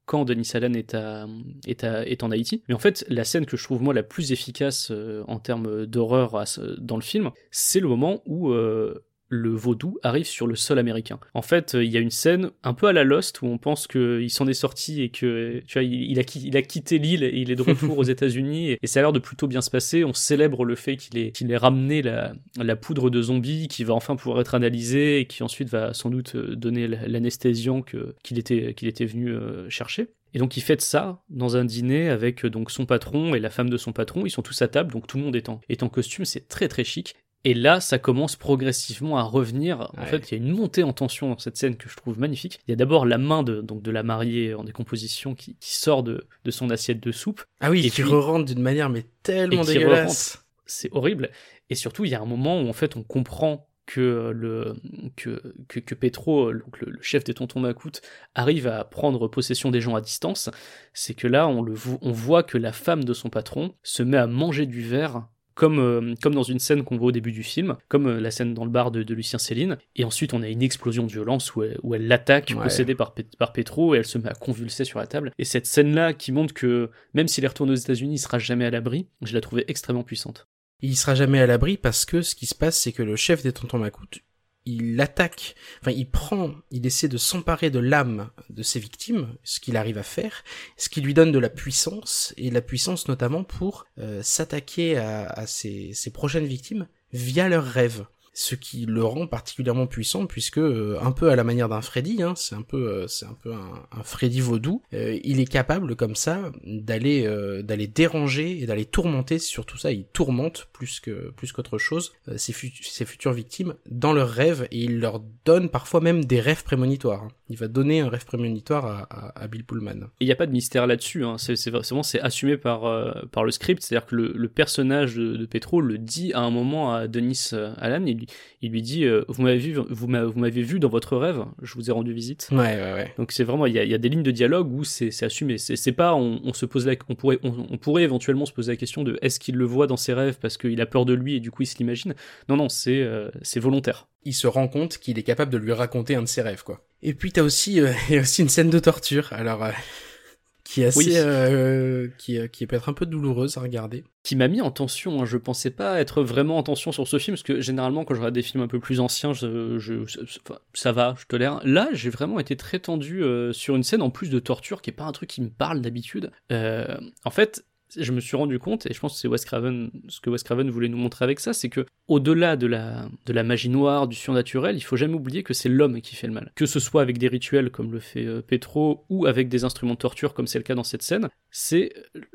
quand Denis Allen est, à, est, à, est en Haïti. Mais en fait, la scène que je trouve moi la plus efficace euh, en termes d'horreur à, dans le film, c'est le moment où euh, le vaudou arrive sur le sol américain. En fait, il y a une scène un peu à la Lost où on pense qu'il s'en est sorti et que tu vois, il, il, a, il a quitté l'île et il est de retour aux États-Unis et, et ça a l'air de plutôt bien se passer. On célèbre le fait qu'il ait, qu'il ait ramené la, la poudre de zombie qui va enfin pouvoir être analysée et qui ensuite va sans doute donner l'anesthésiant que, qu'il, était, qu'il était venu chercher. Et donc il fête ça dans un dîner avec donc son patron et la femme de son patron. Ils sont tous à table, donc tout le monde est en, est en costume, c'est très très chic. Et là, ça commence progressivement à revenir. En ouais. fait, il y a une montée en tension dans cette scène que je trouve magnifique. Il y a d'abord la main de, donc de la mariée en décomposition qui, qui sort de, de son assiette de soupe. Ah oui, et qui puis, re-rentre d'une manière mais tellement dégueulasse. C'est horrible. Et surtout, il y a un moment où en fait, on comprend que le que que, que Petro, le, le chef des Tontons Macoutes, arrive à prendre possession des gens à distance. C'est que là, on le on voit que la femme de son patron se met à manger du verre. Comme, euh, comme dans une scène qu'on voit au début du film, comme euh, la scène dans le bar de, de Lucien Céline, et ensuite on a une explosion de violence où elle, où elle l'attaque, ouais. possédée par, par Petro, et elle se met à convulser sur la table. Et cette scène-là qui montre que même s'il est retourné aux États-Unis, il sera jamais à l'abri, je la trouvais extrêmement puissante. Il sera jamais à l'abri parce que ce qui se passe, c'est que le chef des Tontons Macoutes, il attaque, enfin il prend, il essaie de s'emparer de l'âme de ses victimes, ce qu'il arrive à faire, ce qui lui donne de la puissance, et la puissance notamment pour euh, s'attaquer à, à ses, ses prochaines victimes via leurs rêves. Ce qui le rend particulièrement puissant puisque euh, un peu à la manière d'un Freddy, hein, c'est un peu, euh, c'est un peu un, un Freddy vaudou. Euh, il est capable comme ça d'aller, euh, d'aller déranger et d'aller tourmenter. Sur tout ça, il tourmente plus que plus qu'autre chose euh, ses, fut- ses futures victimes dans leurs rêves et il leur donne parfois même des rêves prémonitoires. Hein. Il va donner un rêve prémonitoire à, à, à Bill Pullman. Il n'y a pas de mystère là-dessus. Hein. C'est, c'est vraiment c'est assumé par euh, par le script, c'est-à-dire que le, le personnage de, de Petro le dit à un moment à Denis Allen. Il Il lui dit euh, vous m'avez vu, vous m'avez, vous m'avez vu dans votre rêve, je vous ai rendu visite. Ouais, ouais, ouais. Donc c'est vraiment, il y a, il y a des lignes de dialogue où c'est, c'est assumé. C'est, c'est pas, on, on se pose la, on pourrait, on, on pourrait éventuellement se poser la question de est-ce qu'il le voit dans ses rêves parce qu'il a peur de lui et du coup il se l'imagine. Non, non, c'est, euh, c'est volontaire. Il se rend compte qu'il est capable de lui raconter un de ses rêves, quoi. Et puis t'as aussi, euh, y a aussi une scène de torture. Alors. Euh... qui est assez, oui. euh, qui, qui peut être un peu douloureuse à regarder. Qui m'a mis en tension, hein. Je pensais pas être vraiment en tension sur ce film, parce que généralement quand je regarde des films un peu plus anciens, je, je, enfin, ça va, je tolère. Là, j'ai vraiment été très tendu euh, sur une scène en plus de torture, qui est pas un truc qui me parle d'habitude. Euh, en fait, je me suis rendu compte, et je pense que c'est Wes Craven, ce que Wes Craven voulait nous montrer avec ça, c'est que au-delà de la, de la magie noire, du surnaturel, il faut jamais oublier que c'est l'homme qui fait le mal. Que ce soit avec des rituels comme le fait euh, Petro, ou avec des instruments de torture comme c'est le cas dans cette scène, c'est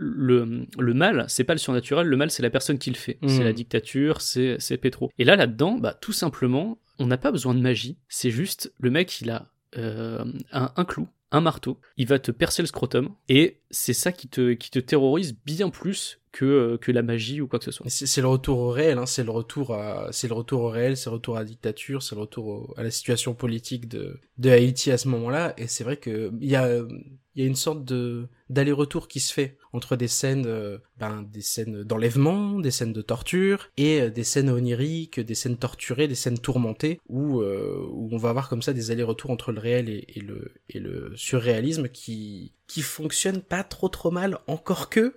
le, le mal, c'est pas le surnaturel, le mal c'est la personne qui le fait. Mmh. C'est la dictature, c'est, c'est Petro. Et là, là-dedans, bah, tout simplement, on n'a pas besoin de magie, c'est juste, le mec, il a euh, un, un clou, un marteau, il va te percer le scrotum, et c'est ça qui te, qui te terrorise bien plus que, que la magie ou quoi que ce soit. C'est, c'est le retour au réel, hein, c'est le retour à, c'est le retour au réel, c'est le retour à la dictature, c'est le retour au, à la situation politique de, de Haïti à ce moment-là, et c'est vrai que il y a, il y a une sorte de, d'aller-retour qui se fait entre des scènes, euh, ben, des scènes d'enlèvement, des scènes de torture, et euh, des scènes oniriques, des scènes torturées, des scènes tourmentées, où, euh, où on va avoir comme ça des allers-retours entre le réel et, et le, et le surréalisme qui, qui fonctionne pas trop trop mal, encore que,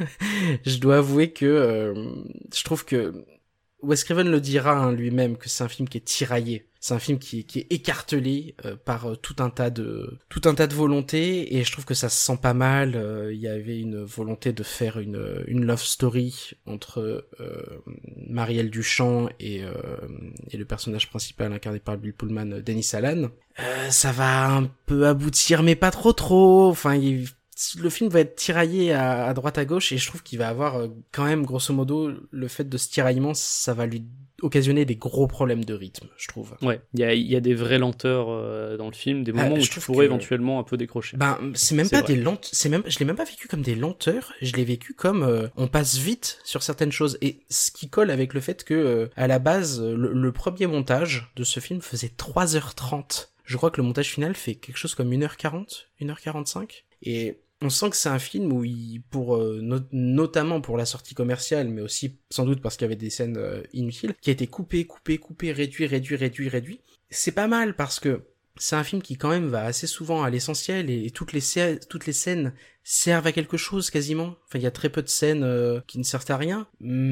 je dois avouer que, euh, je trouve que, Wes Craven le dira hein, lui-même, que c'est un film qui est tiraillé. C'est un film qui, qui est écartelé euh, par euh, tout un tas de tout un tas de volontés, et je trouve que ça se sent pas mal. Il euh, y avait une volonté de faire une une love story entre euh, Marielle Duchamp et euh, et le personnage principal incarné par Bill Pullman, Denis Allen. Euh, ça va un peu aboutir, mais pas trop trop. Enfin, il le film va être tiraillé à, à droite à gauche, et je trouve qu'il va avoir euh, quand même, grosso modo, le fait de ce tiraillement, ça va lui occasionner des gros problèmes de rythme, je trouve. Ouais, il y a, y a des vraies lenteurs euh, dans le film, des moments ah, où tu pourrais que... éventuellement un peu décrocher. Ben, c'est même c'est pas vrai. des lentes, c'est même, je l'ai même pas vécu comme des lenteurs, je l'ai vécu comme euh, on passe vite sur certaines choses, et ce qui colle avec le fait que euh, à la base, le, le premier montage de ce film faisait trois heures trente. Je crois que le montage final fait quelque chose comme une heure quarante, une heure quarante-cinq, et on sent que c'est un film où il, pour euh, no- notamment pour la sortie commerciale, mais aussi sans doute parce qu'il y avait des scènes euh, inutiles, qui a été coupé, coupé, coupé, réduit, réduit, réduit, réduit. C'est pas mal parce que c'est un film qui quand même va assez souvent à l'essentiel et, et toutes les scè- toutes les scènes servent à quelque chose quasiment. Enfin, il y a très peu de scènes euh, qui ne servent à rien,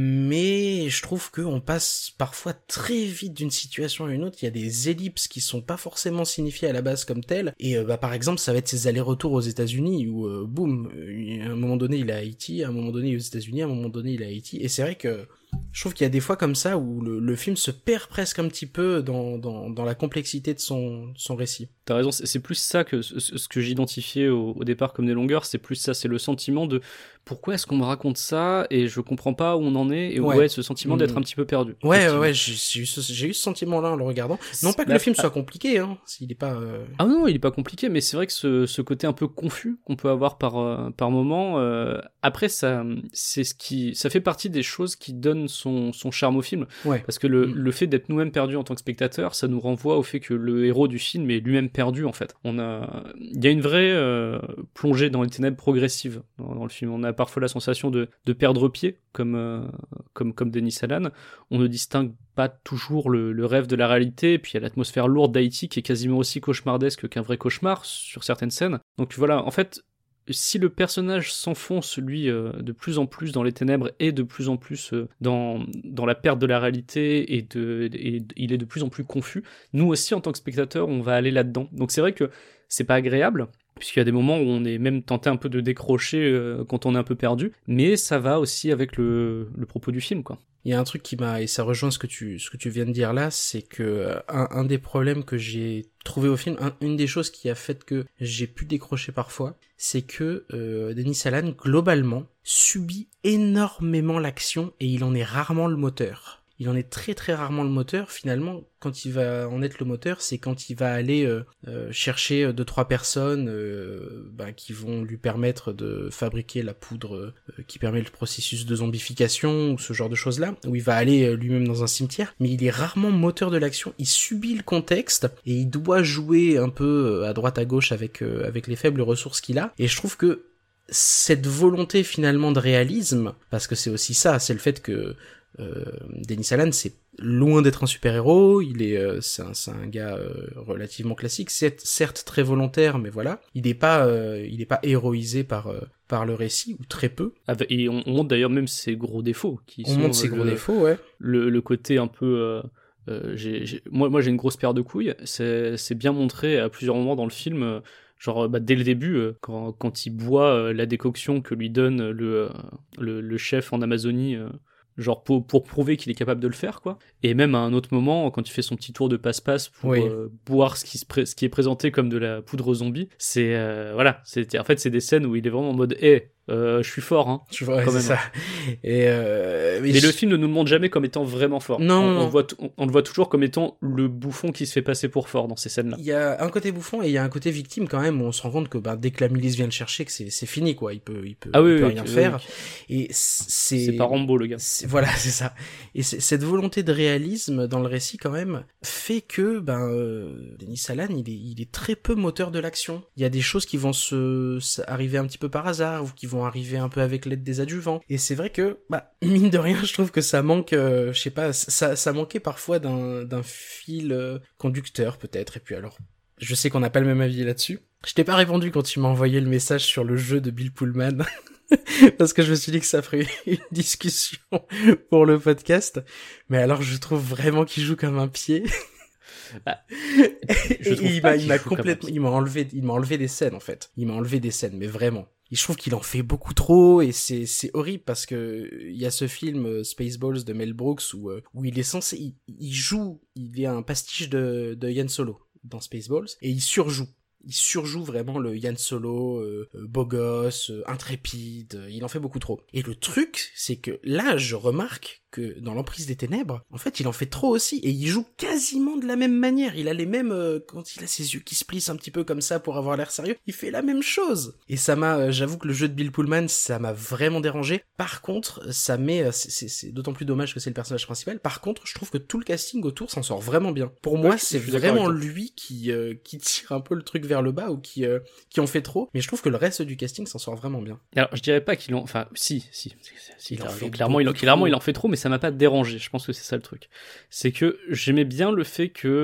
mais je trouve que on passe parfois très vite d'une situation à une autre. Il y a des ellipses qui sont pas forcément signifiées à la base comme telles. Et euh, bah par exemple, ça va être ces allers-retours aux États-Unis où euh, boum, à un moment donné il est à Haïti, à un moment donné il est aux États-Unis, à un moment donné il est à Haïti. Et c'est vrai que je trouve qu'il y a des fois comme ça où le, le film se perd presque un petit peu dans, dans, dans la complexité de son, de son récit. T'as raison, c'est plus ça que ce, ce que j'identifiais au, au départ comme des longueurs, c'est plus ça, c'est le sentiment de pourquoi est-ce qu'on me raconte ça et je comprends pas où on en est, et ouais, ouais ce sentiment mmh. d'être un petit peu perdu. Ouais, ouais, ouais, j'ai, j'ai, eu ce, j'ai eu ce sentiment-là en le regardant. Non pas que bah, le film soit compliqué, hein, s'il est pas... Euh... Ah non, il est pas compliqué, mais c'est vrai que ce, ce côté un peu confus qu'on peut avoir par, euh, par moment, euh, après ça, c'est ce qui, ça fait partie des choses qui donnent son, son charme au film. Ouais. Parce que le, mmh. le fait d'être nous-mêmes perdus en tant que spectateurs, ça nous renvoie au fait que le héros du film est lui-même perdu en fait. On a, il y a une vraie euh, plongée dans les ténèbres progressive dans, dans le film. On a parfois la sensation de, de perdre pied, comme, euh, comme, comme Denis Allan. On ne distingue pas toujours le, le rêve de la réalité, et puis il y a l'atmosphère lourde d'Haïti qui est quasiment aussi cauchemardesque qu'un vrai cauchemar sur certaines scènes. Donc voilà, en fait, si le personnage s'enfonce, lui, euh, de plus en plus dans les ténèbres et de plus en plus euh, dans, dans la perte de la réalité, et, de, et il est de plus en plus confus, nous aussi, en tant que spectateurs, on va aller là-dedans. Donc c'est vrai que c'est pas agréable, puisqu'il y a des moments où on est même tenté un peu de décrocher euh, quand on est un peu perdu, mais ça va aussi avec le, le propos du film, quoi. Il y a un truc qui m'a, et ça rejoint ce que tu, ce que tu viens de dire là, c'est que un, un des problèmes que j'ai trouvé au film, un, une des choses qui a fait que j'ai pu décrocher parfois, c'est que euh, Denis Allan, globalement, subit énormément l'action et il en est rarement le moteur. Il en est très très rarement le moteur. Finalement, quand il va en être le moteur, c'est quand il va aller euh, euh, chercher deux trois personnes euh, bah, qui vont lui permettre de fabriquer la poudre euh, qui permet le processus de zombification ou ce genre de choses-là, où il va aller euh, lui-même dans un cimetière, mais il est rarement moteur de l'action. Il subit le contexte et il doit jouer un peu à droite à gauche avec euh, avec les faibles ressources qu'il a. Et je trouve que cette volonté finalement de réalisme, parce que c'est aussi ça, c'est le fait que Euh, Denis Allan, c'est loin d'être un super-héros, il est, euh, c'est, un, c'est un gars euh, relativement classique, c'est certes très volontaire, mais voilà, il n'est pas, euh, il est pas héroïsé par euh, par le récit, ou très peu. Et on, on montre d'ailleurs même ses gros défauts, qui on sont montre ses le, gros défauts, ouais. Le, le côté un peu, euh, euh, j'ai, j'ai, moi, moi j'ai une grosse paire de couilles, c'est, c'est bien montré à plusieurs moments dans le film. Euh, Genre, bah, dès le début, euh, quand, quand il boit euh, la décoction que lui donne le, euh, le, le chef en Amazonie, euh, genre pour, pour prouver qu'il est capable de le faire, quoi. Et même à un autre moment, quand il fait son petit tour de passe-passe pour oui. euh, boire ce qui, se pré- ce qui est présenté comme de la poudre zombie, c'est, euh, voilà, c'est, en fait, c'est des scènes où il est vraiment en mode, hé, hey, euh, je suis fort, hein. Je vois, quand c'est même. ça. Et, euh, mais mais je... le film ne nous le montre jamais comme étant vraiment fort. Non, on, non. on, le voit t- on, on le voit toujours comme étant le bouffon qui se fait passer pour fort dans ces scènes-là. Il y a un côté bouffon et il y a un côté victime quand même, où on se rend compte que bah, dès que la milice vient le chercher, que c'est, c'est fini, quoi. Il peut, il peut, ah oui, il peut oui, rien oui, faire. Oui. Et c'est... C'est pas Rambo, le gars. C'est... Voilà, c'est ça. Et c'est... cette volonté de réalisme dans le récit, quand même, fait que, ben, euh, Denis Allan, il est, il est très peu moteur de l'action. Il y a des choses qui vont se, arriver un petit peu par hasard, ou qui vont arriver un peu avec l'aide des adjuvants. Et c'est vrai que, bah, mine de rien, je trouve que ça manque, euh, je sais pas, ça, ça manquait parfois d'un, d'un fil euh, conducteur, peut-être. Et puis alors, je sais qu'on n'a pas le même avis là-dessus. Je t'ai pas répondu quand tu m'as envoyé le message sur le jeu de Bill Pullman. Parce que je me suis dit que ça ferait une discussion pour le podcast. Mais alors, je trouve vraiment qu'il joue comme un pied. Bah, je trouve il m'a, il m'a complètement, il m'a enlevé, il m'a enlevé des scènes, en fait. Il m'a enlevé des scènes, mais vraiment. Et je trouve qu'il en fait beaucoup trop, et c'est, c'est horrible parce que il y a ce film Spaceballs de Mel Brooks où, où il est censé, il, il joue, il est un pastiche de, de Han Solo dans Spaceballs, et il surjoue. Il surjoue vraiment le Han Solo, euh, euh, beau gosse, euh, intrépide, euh, il en fait beaucoup trop. Et le truc, c'est que là, je remarque que dans l'emprise des ténèbres, en fait, il en fait trop aussi, et il joue quasiment de la même manière. Il a les mêmes, euh, quand il a ses yeux qui se plissent un petit peu comme ça pour avoir l'air sérieux, il fait la même chose. Et ça m'a, euh, j'avoue que le jeu de Bill Pullman, ça m'a vraiment dérangé. Par contre, ça met, euh, c'est, c'est, c'est d'autant plus dommage que c'est le personnage principal. Par contre, je trouve que tout le casting autour s'en sort vraiment bien. Pour moi, ouais, c'est vraiment lui qui, euh, qui tire un peu le truc vers le bas, ou qui, euh, qui en fait trop. Mais je trouve que le reste du casting s'en sort vraiment bien. Alors, je dirais pas qu'il en, enfin, si, si, si, il en fait clairement, il en, clairement, il en fait trop, mais ça m'a pas dérangé. Je pense que c'est ça le truc. C'est que j'aimais bien le fait que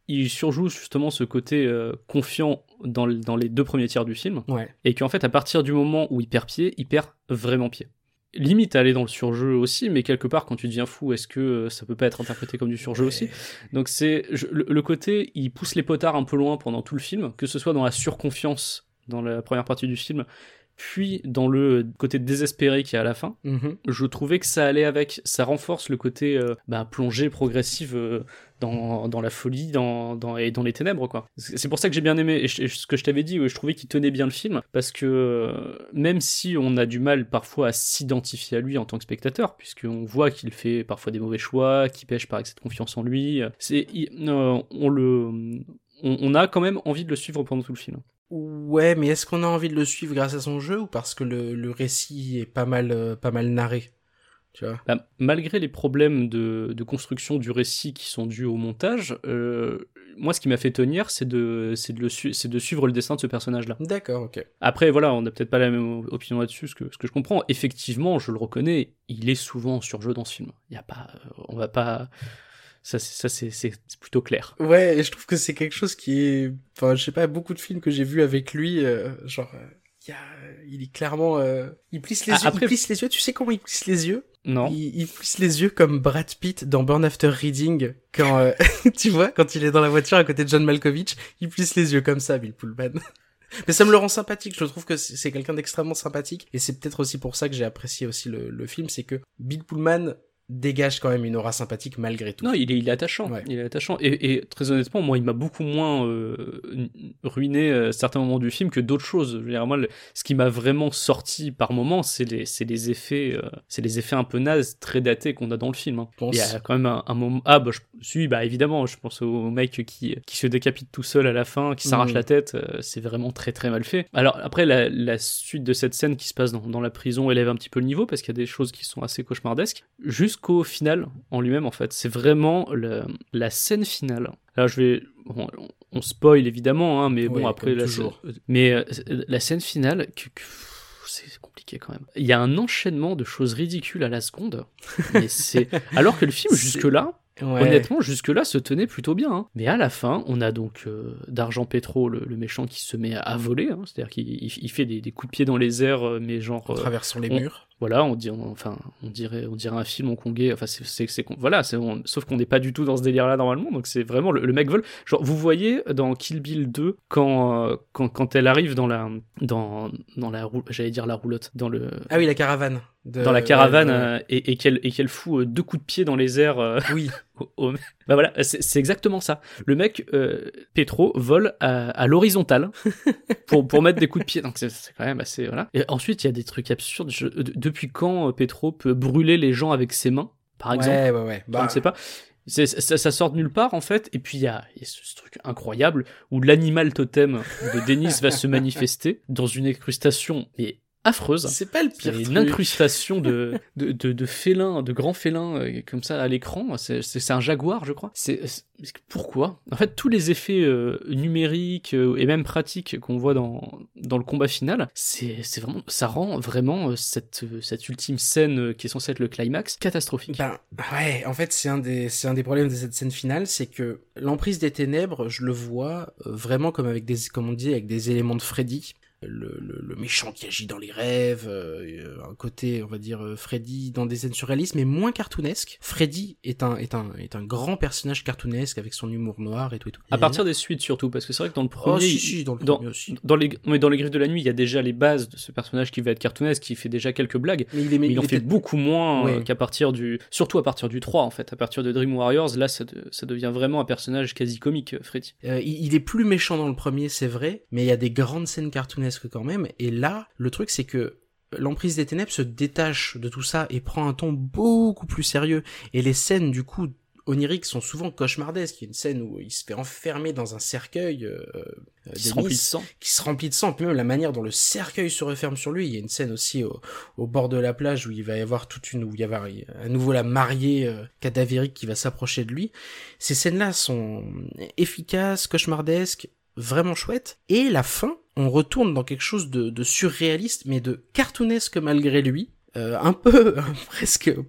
il surjoue justement ce côté euh, confiant dans, dans les deux premiers tiers du film, Ouais. et qu'en fait, à partir du moment où il perd pied, il perd vraiment pied. Limite à aller dans le surjeu aussi, mais quelque part, quand tu deviens fou, est-ce que euh, ça peut pas être interprété comme du surjeu Ouais. aussi? Donc c'est je, le, le côté, il pousse les potards un peu loin pendant tout le film, que ce soit dans la surconfiance dans la première partie du film, puis dans le côté désespéré qu'il y a à la fin. Mm-hmm. Je trouvais que ça allait avec, ça renforce le côté euh, bah, plongée progressive euh, dans, dans la folie dans, dans, et dans les ténèbres, quoi. C'est c'est pour ça que j'ai bien aimé, et je- ce que je t'avais dit, ouais, je trouvais qu'il tenait bien le film, parce que euh, même si on a du mal parfois à s'identifier à lui en tant que spectateur, puisqu'on voit qu'il fait parfois des mauvais choix, qu'il pêche par excès de confiance en lui, c'est, il- euh, on, le, on, on a quand même envie de le suivre pendant tout le film. Ouais, mais est-ce qu'on a envie de le suivre grâce à son jeu ou parce que le, le récit est pas mal, euh, pas mal narré, tu vois? Bah, malgré les problèmes de, de construction du récit qui sont dus au montage, euh, moi ce qui m'a fait tenir, c'est de, c'est de, le su- c'est de suivre le destin de ce personnage-là. D'accord, ok. Après, voilà, on n'a peut-être pas la même opinion là-dessus, ce que, ce que je comprends. Effectivement, je le reconnais, il est souvent en surjeu dans ce film. Il y a pas, euh, on va pas, ça, c'est, ça c'est, c'est, c'est plutôt clair. Ouais, et je trouve que c'est quelque chose qui est... Enfin, je sais pas, beaucoup de films que j'ai vus avec lui, euh, genre... euh, il y a... il est clairement... euh, Il plisse les Ah, yeux, après- il plisse les yeux, tu sais comment il plisse les yeux? Non. Il, il plisse les yeux comme Brad Pitt dans Burn After Reading, quand, euh, tu vois, quand il est dans la voiture à côté de John Malkovich, il plisse les yeux comme ça, Bill Pullman. Mais ça me le rend sympathique, je trouve que c'est c'est quelqu'un d'extrêmement sympathique, et c'est peut-être aussi pour ça que j'ai apprécié aussi le, le film, c'est que Bill Pullman dégage quand même une aura sympathique malgré tout. Non, il est, il est attachant. Ouais. Il est attachant. Et, et très honnêtement, moi, il m'a beaucoup moins euh, ruiné à certains moments du film que d'autres choses. Je veux dire, moi, le- ce qui m'a vraiment sorti par moments, c'est les, c'est les effets, euh, c'est les effets un peu nazes, très datés qu'on a dans le film. Hein. Je pense. Il y a quand même un, un moment. Ah bah, je suis, bah évidemment, je pense au mec qui qui se décapite tout seul à la fin, qui s'arrache Mhm. la tête. euh, c'est vraiment très très mal fait. Alors après, la, la suite de cette scène qui se passe dans, dans la prison élève un petit peu le niveau parce qu'il y a des choses qui sont assez cauchemardesques. Jusqu'au final en lui-même, en fait, c'est vraiment le, la scène finale. Alors je vais, bon, on, on spoil évidemment, hein, mais bon Oui, après comme la, toujours. mais euh, la scène finale, que, que- pff, c'est compliqué quand même. Il y a un enchaînement de choses ridicules à la seconde, mais c'est alors que le film C'est- jusque là. Ouais. Honnêtement, jusque-là, se tenait plutôt bien. Hein. Mais à la fin, on a donc euh, d'Argent Petro, le, le méchant, qui se met à, à voler. Hein. C'est-à-dire qu'il il, il fait des, des coups de pied dans les airs, euh, mais genre... En euh, traversant les on- murs. Voilà, on, dit, on- enfin, on, dirait, on dirait un film hongkongais. Enfin, c'est... c'est, c'est voilà, c'est, on- sauf qu'on n'est pas du tout dans ce délire-là normalement. Donc c'est vraiment... Le, le mec vole. Genre, vous voyez dans Kill Bill deux, quand, euh, quand, quand elle arrive dans la... Dans, dans la roue... J'allais dire la roulotte. Dans le... Ah oui, la caravane. De- Dans la caravane, ouais, ouais. euh, et, et qu'elle, et qu'elle fout euh, deux coups de pied dans les airs... euh, Oui. au- au- Bah voilà, c'est, c'est exactement ça. Le mec, euh, Petro, vole à, à l'horizontale pour, pour mettre des coups de pied. Donc c'est, c'est quand même assez... Voilà. Et ensuite, il y a des trucs absurdes. Je- de- depuis quand euh, Petro peut brûler les gens avec ses mains, par exemple? Ouais, ouais, ouais. Je Bah, ne sais pas. C'est, ça, ça sort de nulle part, en fait. Et puis, il y a, il y a ce, ce truc incroyable où l'animal totem de Denis va se manifester dans une incrustation mais affreuse. c'est pas le Il y pire a une truc. incrustation de, de, de, de félins, de grands félins, euh, comme ça, à l'écran. C'est, c'est, c'est un jaguar, je crois. C'est, c'est- pourquoi? En fait, tous les effets euh, numériques euh, et même pratiques qu'on voit dans, dans le combat final, c'est, c'est vraiment, ça rend vraiment euh, cette, euh, cette ultime scène euh, qui est censée être le climax catastrophique. Ben, ouais, en fait, c'est un des, c'est un des problèmes de cette scène finale, c'est que l'emprise des ténèbres, je le vois euh, vraiment comme avec des, comme on dit, avec des éléments de Freddy. Le, le, le méchant qui agit dans les rêves, euh, un côté, on va dire, euh, Freddy dans des scènes surréalistes, mais moins cartoonesque. Freddy est un, est un, est un grand personnage cartoonesque avec son humour noir et tout et tout. À Et partir là- des suites surtout, parce que c'est vrai que dans le premier, Oh, si, il- si, dans le dans- premier aussi. dans les, mais dans les Griffes de la nuit, il y a déjà les bases de ce personnage qui va être cartoonesque, qui fait déjà quelques blagues. Mais il est, Mais il en est fait peut-être- beaucoup moins euh, Ouais. qu'à partir du... Surtout à partir du trois, en fait. À partir de Dream Warriors, là, ça, de- ça devient vraiment un personnage quasi comique, euh, Freddy. Euh, il, il est plus méchant dans le premier, c'est vrai, mais il y a des grandes scènes cartoonesques quand même. Et là, le truc, c'est que l'emprise des ténèbres se détache de tout ça et prend un ton beaucoup plus sérieux. Et les scènes, du coup, oniriques sont souvent cauchemardesques. Il y a une scène où il se fait enfermer dans un cercueil euh, euh, Qui se Denis, remplit de sang. qui se remplit de sang. Puis même la manière dont le cercueil se referme sur lui. Il y a une scène aussi au, au bord de la plage où il va y avoir toute une, où il y avoir à nouveau la mariée euh, cadavérique qui va s'approcher de lui. Ces scènes-là sont efficaces, cauchemardesques, vraiment chouettes. Et la fin, on retourne dans quelque chose de, de surréaliste, mais de cartoonesque malgré lui. Euh, un peu, presque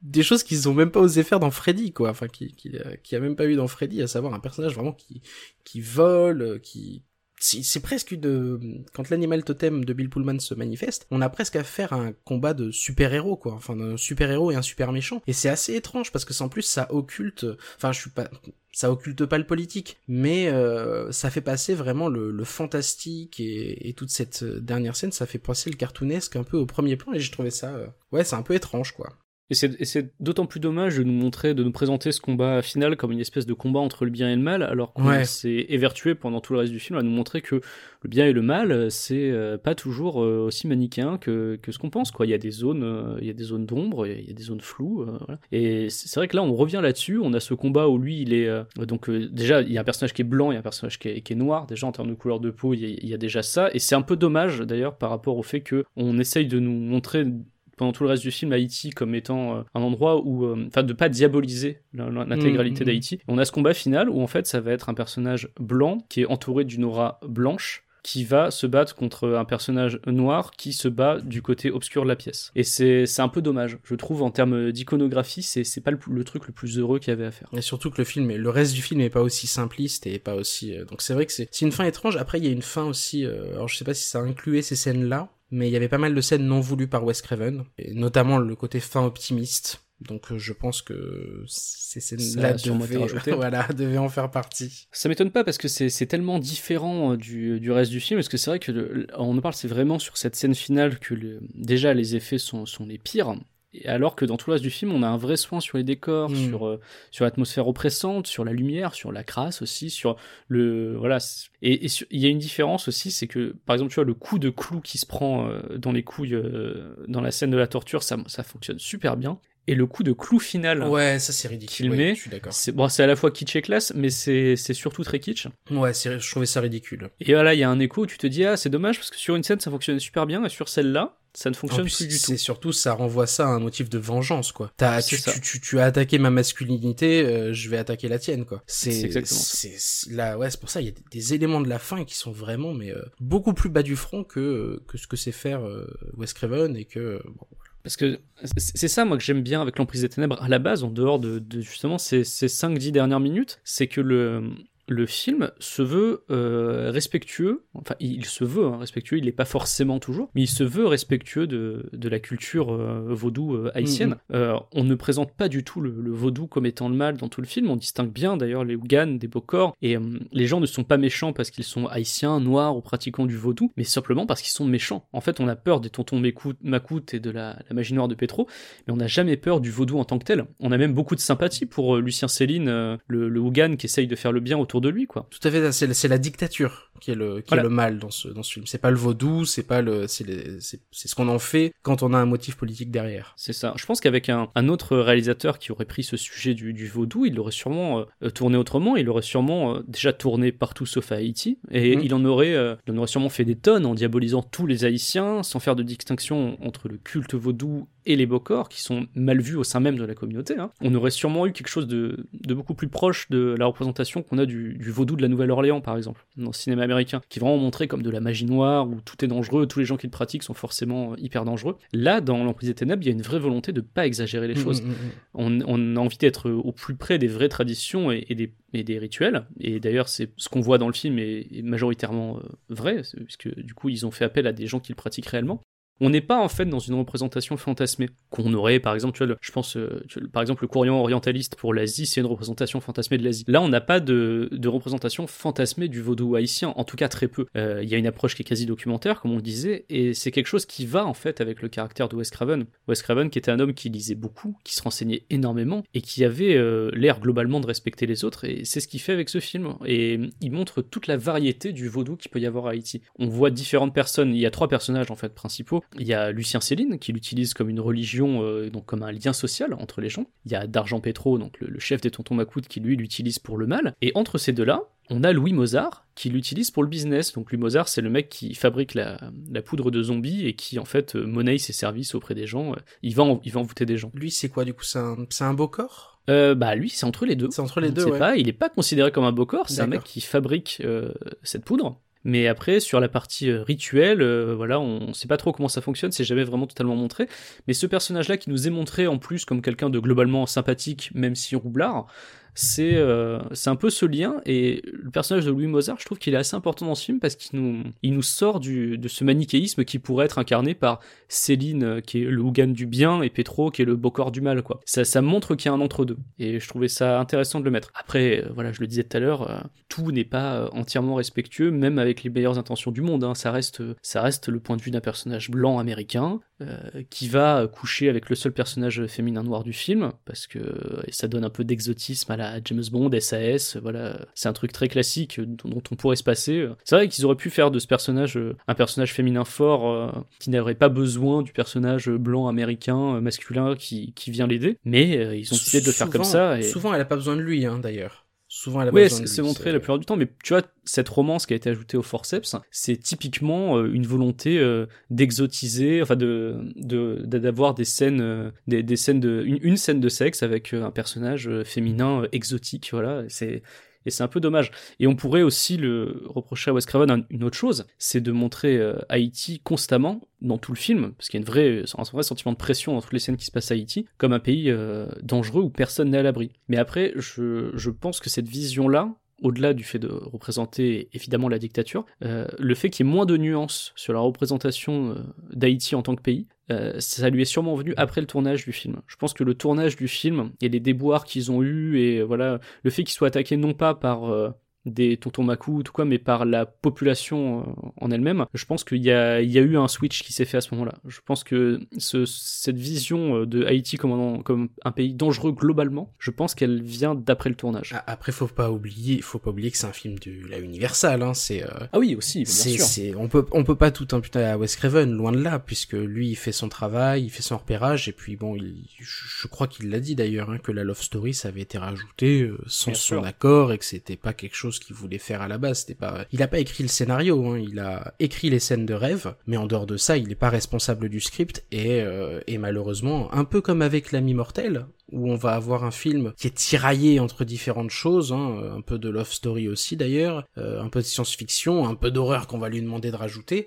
des choses qu'ils ont même pas osé faire dans Freddy, quoi. Enfin, qui, qui, qui a même pas eu dans Freddy, à savoir un personnage vraiment qui, qui vole, qui, c'est, c'est presque une, quand l'animal totem de Bill Pullman se manifeste, on a presque affaire à un combat de super-héros, quoi. Enfin, d'un super-héros et un super méchant. Et c'est assez étrange, parce que en plus, ça occulte, enfin, je suis pas, ça occulte pas le politique, mais euh, ça fait passer vraiment le, le fantastique et, et toute cette dernière scène, ça fait passer le cartoonesque un peu au premier plan, et j'ai trouvé ça, euh, ouais, c'est un peu étrange, quoi. Et c'est, et c'est d'autant plus dommage de nous montrer, de nous présenter ce combat final comme une espèce de combat entre le bien et le mal, alors qu'on Ouais. s'est évertué pendant tout le reste du film à nous montrer que le bien et le mal, c'est euh, pas toujours euh, aussi manichéen que, que ce qu'on pense, quoi. Il y a des zones, euh, il y a des zones d'ombre, il y a des zones floues, euh, voilà. Et c'est, c'est vrai que là, on revient là-dessus, on a ce combat où lui, il est, euh, donc euh, déjà, il y a un personnage qui est blanc, il y a un personnage qui est, qui est noir, déjà en termes de couleur de peau, il y, a, il y a déjà ça, et c'est un peu dommage, d'ailleurs, par rapport au fait que on essaye de nous montrer pendant tout le reste du film Haïti comme étant euh, un endroit où, enfin, euh, de pas diaboliser l'intégralité mmh, d'Haïti. On a ce combat final où en fait ça va être un personnage blanc qui est entouré d'une aura blanche qui va se battre contre un personnage noir qui se bat du côté obscur de la pièce. Et c'est, c'est un peu dommage, je trouve, en termes d'iconographie, c'est, c'est pas le, le truc le plus heureux qu'il y avait à faire. Et surtout que le film, le reste du film est pas aussi simpliste et pas aussi... Euh, donc c'est vrai que c'est, c'est une fin étrange. Après, il y a une fin aussi... Euh, alors je sais pas si ça incluait ces scènes-là, mais il y avait pas mal de scènes non voulues par Wes Craven, et notamment le côté fin optimiste. Donc euh, je pense que ces scènes-là devaient, voilà, devaient en faire partie. Ça m'étonne pas parce que c'est, c'est tellement différent euh, du, du reste du film, parce que c'est vrai que le, on en parle, c'est vraiment sur cette scène finale que le, déjà les effets sont, sont les pires. Alors que dans tout le reste du film, on a un vrai soin sur les décors, mmh. sur euh, sur l'atmosphère oppressante, sur la lumière, sur la crasse aussi, sur le voilà. Et il y a une différence aussi, c'est que par exemple, tu vois, le coup de clou qui se prend euh, dans les couilles euh, dans la scène de la torture, ça ça fonctionne super bien. Et le coup de clou final, ouais, ça c'est ridicule. Qu'il ouais, met, je suis d'accord. C'est bon, c'est à la fois kitsch et classe, mais c'est c'est surtout très kitsch. Ouais, c'est, je trouvais ça ridicule. Et voilà, il y a un écho où tu te dis ah c'est dommage parce que sur une scène ça fonctionnait super bien et sur celle-là ça ne fonctionne plus, plus du tout. C'est surtout, ça renvoie ça à un motif de vengeance, quoi. T'as, tu, tu, tu, tu as attaqué ma masculinité, euh, je vais attaquer la tienne, quoi. C'est, c'est exactement c'est, c'est là, ouais, c'est pour ça, il y a des, des éléments de la fin qui sont vraiment, mais euh, beaucoup plus bas du front que que ce que sait faire euh, Wes Craven et que euh, bon. Parce que c'est ça, moi, que j'aime bien avec l'Emprise des Ténèbres, à la base, en dehors de, de justement ces, ces cinq dix dernières minutes, c'est que le, le film se veut euh, respectueux, enfin, il se veut hein, respectueux, il l'est pas forcément toujours, mais il se veut respectueux de, de la culture euh, vaudou euh, haïtienne. Mm-hmm. Euh, on ne présente pas du tout le, le vaudou comme étant le mal dans tout le film, on distingue bien d'ailleurs les Houganes des Bokors, et euh, les gens ne sont pas méchants parce qu'ils sont haïtiens, noirs ou pratiquants du vaudou, mais simplement parce qu'ils sont méchants. En fait, on a peur des tontons Macoute et de la, la magie noire de Petro, mais on n'a jamais peur du vaudou en tant que tel. On a même beaucoup de sympathie pour euh, Lucien Céline, euh, le, le Hougane qui essaye de faire le bien autour de lui, quoi. Tout à fait, c'est, c'est la dictature qui est le qui voilà. est le mal dans ce dans ce film. C'est pas le vaudou, c'est pas le c'est les, c'est c'est ce qu'on en fait quand on a un motif politique derrière. C'est ça. Je pense qu'avec un un autre réalisateur qui aurait pris ce sujet du du vaudou, il l'aurait sûrement euh, tourné autrement, il l'aurait sûrement euh, déjà tourné partout sauf à Haïti et mmh. il en aurait euh, il en aurait sûrement fait des tonnes en diabolisant tous les Haïtiens sans faire de distinction entre le culte vaudou et les Bokors qui sont mal vus au sein même de la communauté. Hein. On aurait sûrement eu quelque chose de de beaucoup plus proche de la représentation qu'on a du du vaudou de la Nouvelle-Orléans par exemple dans le cinéma américain, qui est vraiment montré comme de la magie noire où tout est dangereux, tous les gens qui le pratiquent sont forcément hyper dangereux. Là, dans l'Emprise des Ténèbres, il y a une vraie volonté de pas exagérer les choses. Mmh, mmh. On, on a envie d'être au plus près des vraies traditions et, et, des, et des rituels. Et d'ailleurs, c'est ce qu'on voit dans le film est, est majoritairement euh, vrai, puisque du coup, ils ont fait appel à des gens qui le pratiquent réellement. On n'est pas en fait dans une représentation fantasmée qu'on aurait, par exemple, tu vois, le, je pense, euh, tu vois, par exemple, le courant orientaliste pour l'Asie, c'est une représentation fantasmée de l'Asie. Là, on n'a pas de, de représentation fantasmée du vaudou haïtien, en tout cas très peu. Il euh, y a une approche qui est quasi documentaire, comme on le disait, et c'est quelque chose qui va en fait avec le caractère de Wes Craven. Wes Craven, qui était un homme qui lisait beaucoup, qui se renseignait énormément et qui avait euh, l'air globalement de respecter les autres, et c'est ce qu'il fait avec ce film. Et il montre toute la variété du vaudou qu'il peut y avoir à Haïti. On voit différentes personnes. Il y a trois personnages en fait principaux. Il y a Lucien Céline qui l'utilise comme une religion, euh, donc comme un lien social entre les gens. Il y a D'Argent Petro, donc le, le chef des tontons Macoute, qui lui l'utilise pour le mal. Et entre ces deux-là, on a Louis Mozart qui l'utilise pour le business. Donc Louis Mozart, c'est le mec qui fabrique la, la poudre de zombies et qui en fait euh, monnaie ses services auprès des gens. Il va, en, il va envoûter des gens. Lui, c'est quoi du coup? C'est un, c'est un Bokor? Euh, bah lui, c'est entre les deux. C'est entre les on deux, sait ouais. pas. Il est pas considéré comme un Bokor. C'est D'accord. un mec qui fabrique euh, cette poudre. Mais après, sur la partie euh, rituelle, euh, voilà, on sait pas trop comment ça fonctionne, c'est jamais vraiment totalement montré. Mais ce personnage-là qui nous est montré en plus comme quelqu'un de globalement sympathique, même si roublard, c'est euh, c'est un peu ce lien, et le personnage de Louis Mozart, je trouve qu'il est assez important dans ce film parce qu'il nous, il nous sort du, de ce manichéisme qui pourrait être incarné par Céline, qui est le Hougan du bien, et Petro, qui est le Bokor du mal, quoi. Ça, ça montre qu'il y a un entre-deux, et je trouvais ça intéressant de le mettre. Après, euh, voilà, je le disais tout à l'heure, euh, tout n'est pas euh, entièrement respectueux, même avec les meilleures intentions du monde, hein. Ça reste, ça reste le point de vue d'un personnage blanc américain, euh, qui va coucher avec le seul personnage féminin noir du film, parce que et ça donne un peu d'exotisme à la James Bond, S A S, voilà, c'est un truc très classique dont, dont on pourrait se passer. C'est vrai qu'ils auraient pu faire de ce personnage euh, un personnage féminin fort, euh, qui n'aurait pas besoin du personnage blanc américain, euh, masculin, qui, qui vient l'aider, mais euh, ils ont décidé de le faire Souvent- comme ça. Et... Souvent, elle a pas besoin de lui, hein, d'ailleurs. Souvent, elle a pas Ouais, besoin c'est de lui. c'est montré la plupart du temps, mais tu vois, cette romance qui a été ajoutée au forceps, c'est typiquement euh, une volonté euh, d'exotiser, enfin de de de- d'avoir des scènes, euh, des, des scènes de une, une scène de sexe avec euh, un personnage euh, féminin euh, exotique, voilà. C'est et c'est un peu dommage. Et on pourrait aussi le reprocher à Wes Craven un- une autre chose, c'est de montrer euh, Haïti constamment dans tout le film, parce qu'il y a une vraie, un vrai sentiment de pression dans toutes les scènes qui se passent à Haïti, comme un pays euh, dangereux où personne n'est à l'abri. Mais après, je, je pense que cette vision-là, au-delà du fait de représenter évidemment la dictature, euh, le fait qu'il y ait moins de nuances sur la représentation euh, d'Haïti en tant que pays, euh, ça lui est sûrement venu après le tournage du film. Je pense que le tournage du film et les déboires qu'ils ont eus, et voilà, le fait qu'ils soient attaqués non pas par euh, des tontons Macou ou tout quoi, mais par la population euh, en elle-même, je pense qu'il y a, il y a eu un switch qui s'est fait à ce moment-là. Je pense que ce, cette vision euh, de Haïti comme un, comme un pays dangereux globalement, je pense qu'elle vient d'après le tournage. Ah, Après, faut pas oublier, faut pas oublier que c'est un film de la Universal, hein. C'est, euh, Ah oui, aussi, bien c'est, sûr. c'est, on peut, on peut pas tout imputer à Wes Craven, loin de là, puisque lui, il fait son travail, il fait son repérage, et puis bon, il, je, je crois qu'il l'a dit d'ailleurs, hein, que la love story, ça avait été rajouté euh, sans Bien son sûr. accord, et que c'était pas quelque chose qu'il voulait faire à la base. C'était pas, il a pas écrit le scénario, hein, il a écrit les scènes de rêve, mais en dehors de ça, il est pas responsable du script, et, euh, et malheureusement, un peu comme avec L'Ami Mortel, où on va avoir un film qui est tiraillé entre différentes choses, hein, un peu de love story aussi d'ailleurs, euh, un peu de science-fiction, un peu d'horreur qu'on va lui demander de rajouter.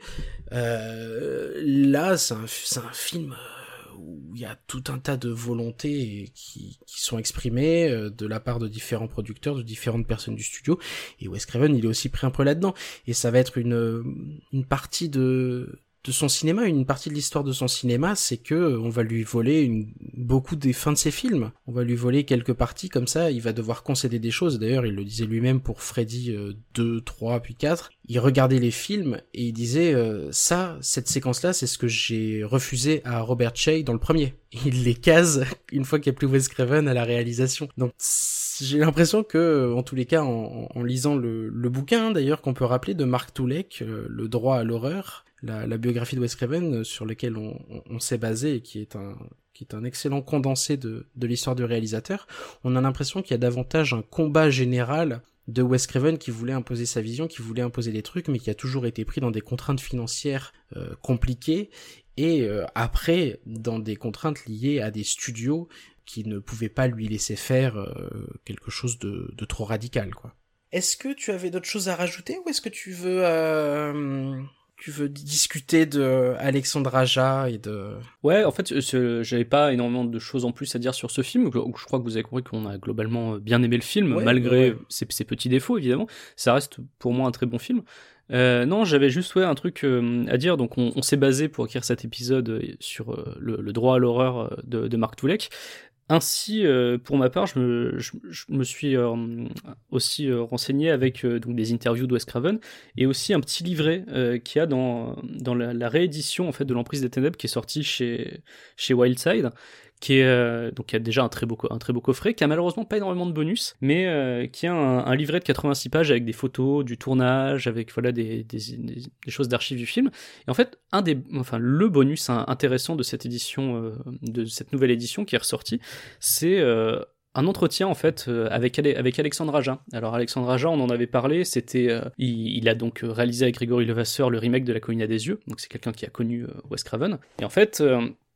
Euh, là, c'est un, c'est un film où il y a tout un tas de volontés qui, qui sont exprimées euh, de la part de différents producteurs, de différentes personnes du studio, et Wes Craven, il est aussi pris un peu là-dedans, et ça va être une, une partie de... de son cinéma, une partie de l'histoire de son cinéma, c'est que on va lui voler une, beaucoup des fins de ses films. On va lui voler quelques parties comme ça, il va devoir concéder des choses. D'ailleurs, il le disait lui-même pour Freddy euh, deux, trois, puis quatre. Il regardait les films et il disait euh, ça, cette séquence-là, c'est ce que j'ai refusé à Robert Shaye dans le premier. Il les case une fois qu'il n'y a plus Wes Craven à la réalisation. Donc j'ai l'impression que, en tous les cas, en, en lisant le, le bouquin d'ailleurs qu'on peut rappeler de Mark Toulek, euh, Le droit à l'horreur, La, la biographie de Wes Craven sur laquelle on, on, on s'est basé et qui est un qui est un excellent condensé de, de l'histoire du réalisateur, on a l'impression qu'il y a davantage un combat général de Wes Craven qui voulait imposer sa vision, qui voulait imposer des trucs, mais qui a toujours été pris dans des contraintes financières euh, compliquées, et euh, après dans des contraintes liées à des studios qui ne pouvaient pas lui laisser faire euh, quelque chose de, de trop radical, quoi. Est-ce que tu avais d'autres choses à rajouter, ou est-ce que tu veux... Euh... Tu veux discuter de Alexandre Aja et de... Ouais, en fait, euh, j'avais pas énormément de choses en plus à dire sur ce film. Je, je crois que vous avez compris qu'on a globalement bien aimé le film, Ouais, malgré ouais. ses, ses petits défauts, évidemment. Ça reste pour moi un très bon film. Euh, non, j'avais juste ouais, un truc euh, à dire. Donc, on, on s'est basé pour écrire cet épisode sur euh, le, le droit à l'horreur de, de Mark Toulek. Ainsi, euh, pour ma part, je me, je, je me suis euh, aussi euh, renseigné avec euh, donc des interviews de Wes Craven et aussi un petit livret euh, qu'il y a dans, dans la, la réédition en fait de l'Emprise des Ténèbres qui est sortie chez, chez Wildside, qui est euh, donc qui a déjà un très beau un très beau coffret, qui a malheureusement pas énormément de bonus, mais euh, qui a un, un livret de quatre-vingt-six pages avec des photos du tournage, avec voilà des des, des, des choses d'archives du film. Et en fait, un des enfin le bonus intéressant de cette édition euh, de cette nouvelle édition qui est ressortie, c'est euh, un entretien en fait euh, avec avec Alexandre Aja. Alors Alexandre Aja, on en avait parlé, c'était euh, il, il a donc réalisé avec Grégory Levasseur le remake de La Colline à des yeux. Donc c'est quelqu'un qui a connu euh, Wes Craven. Et en fait, euh,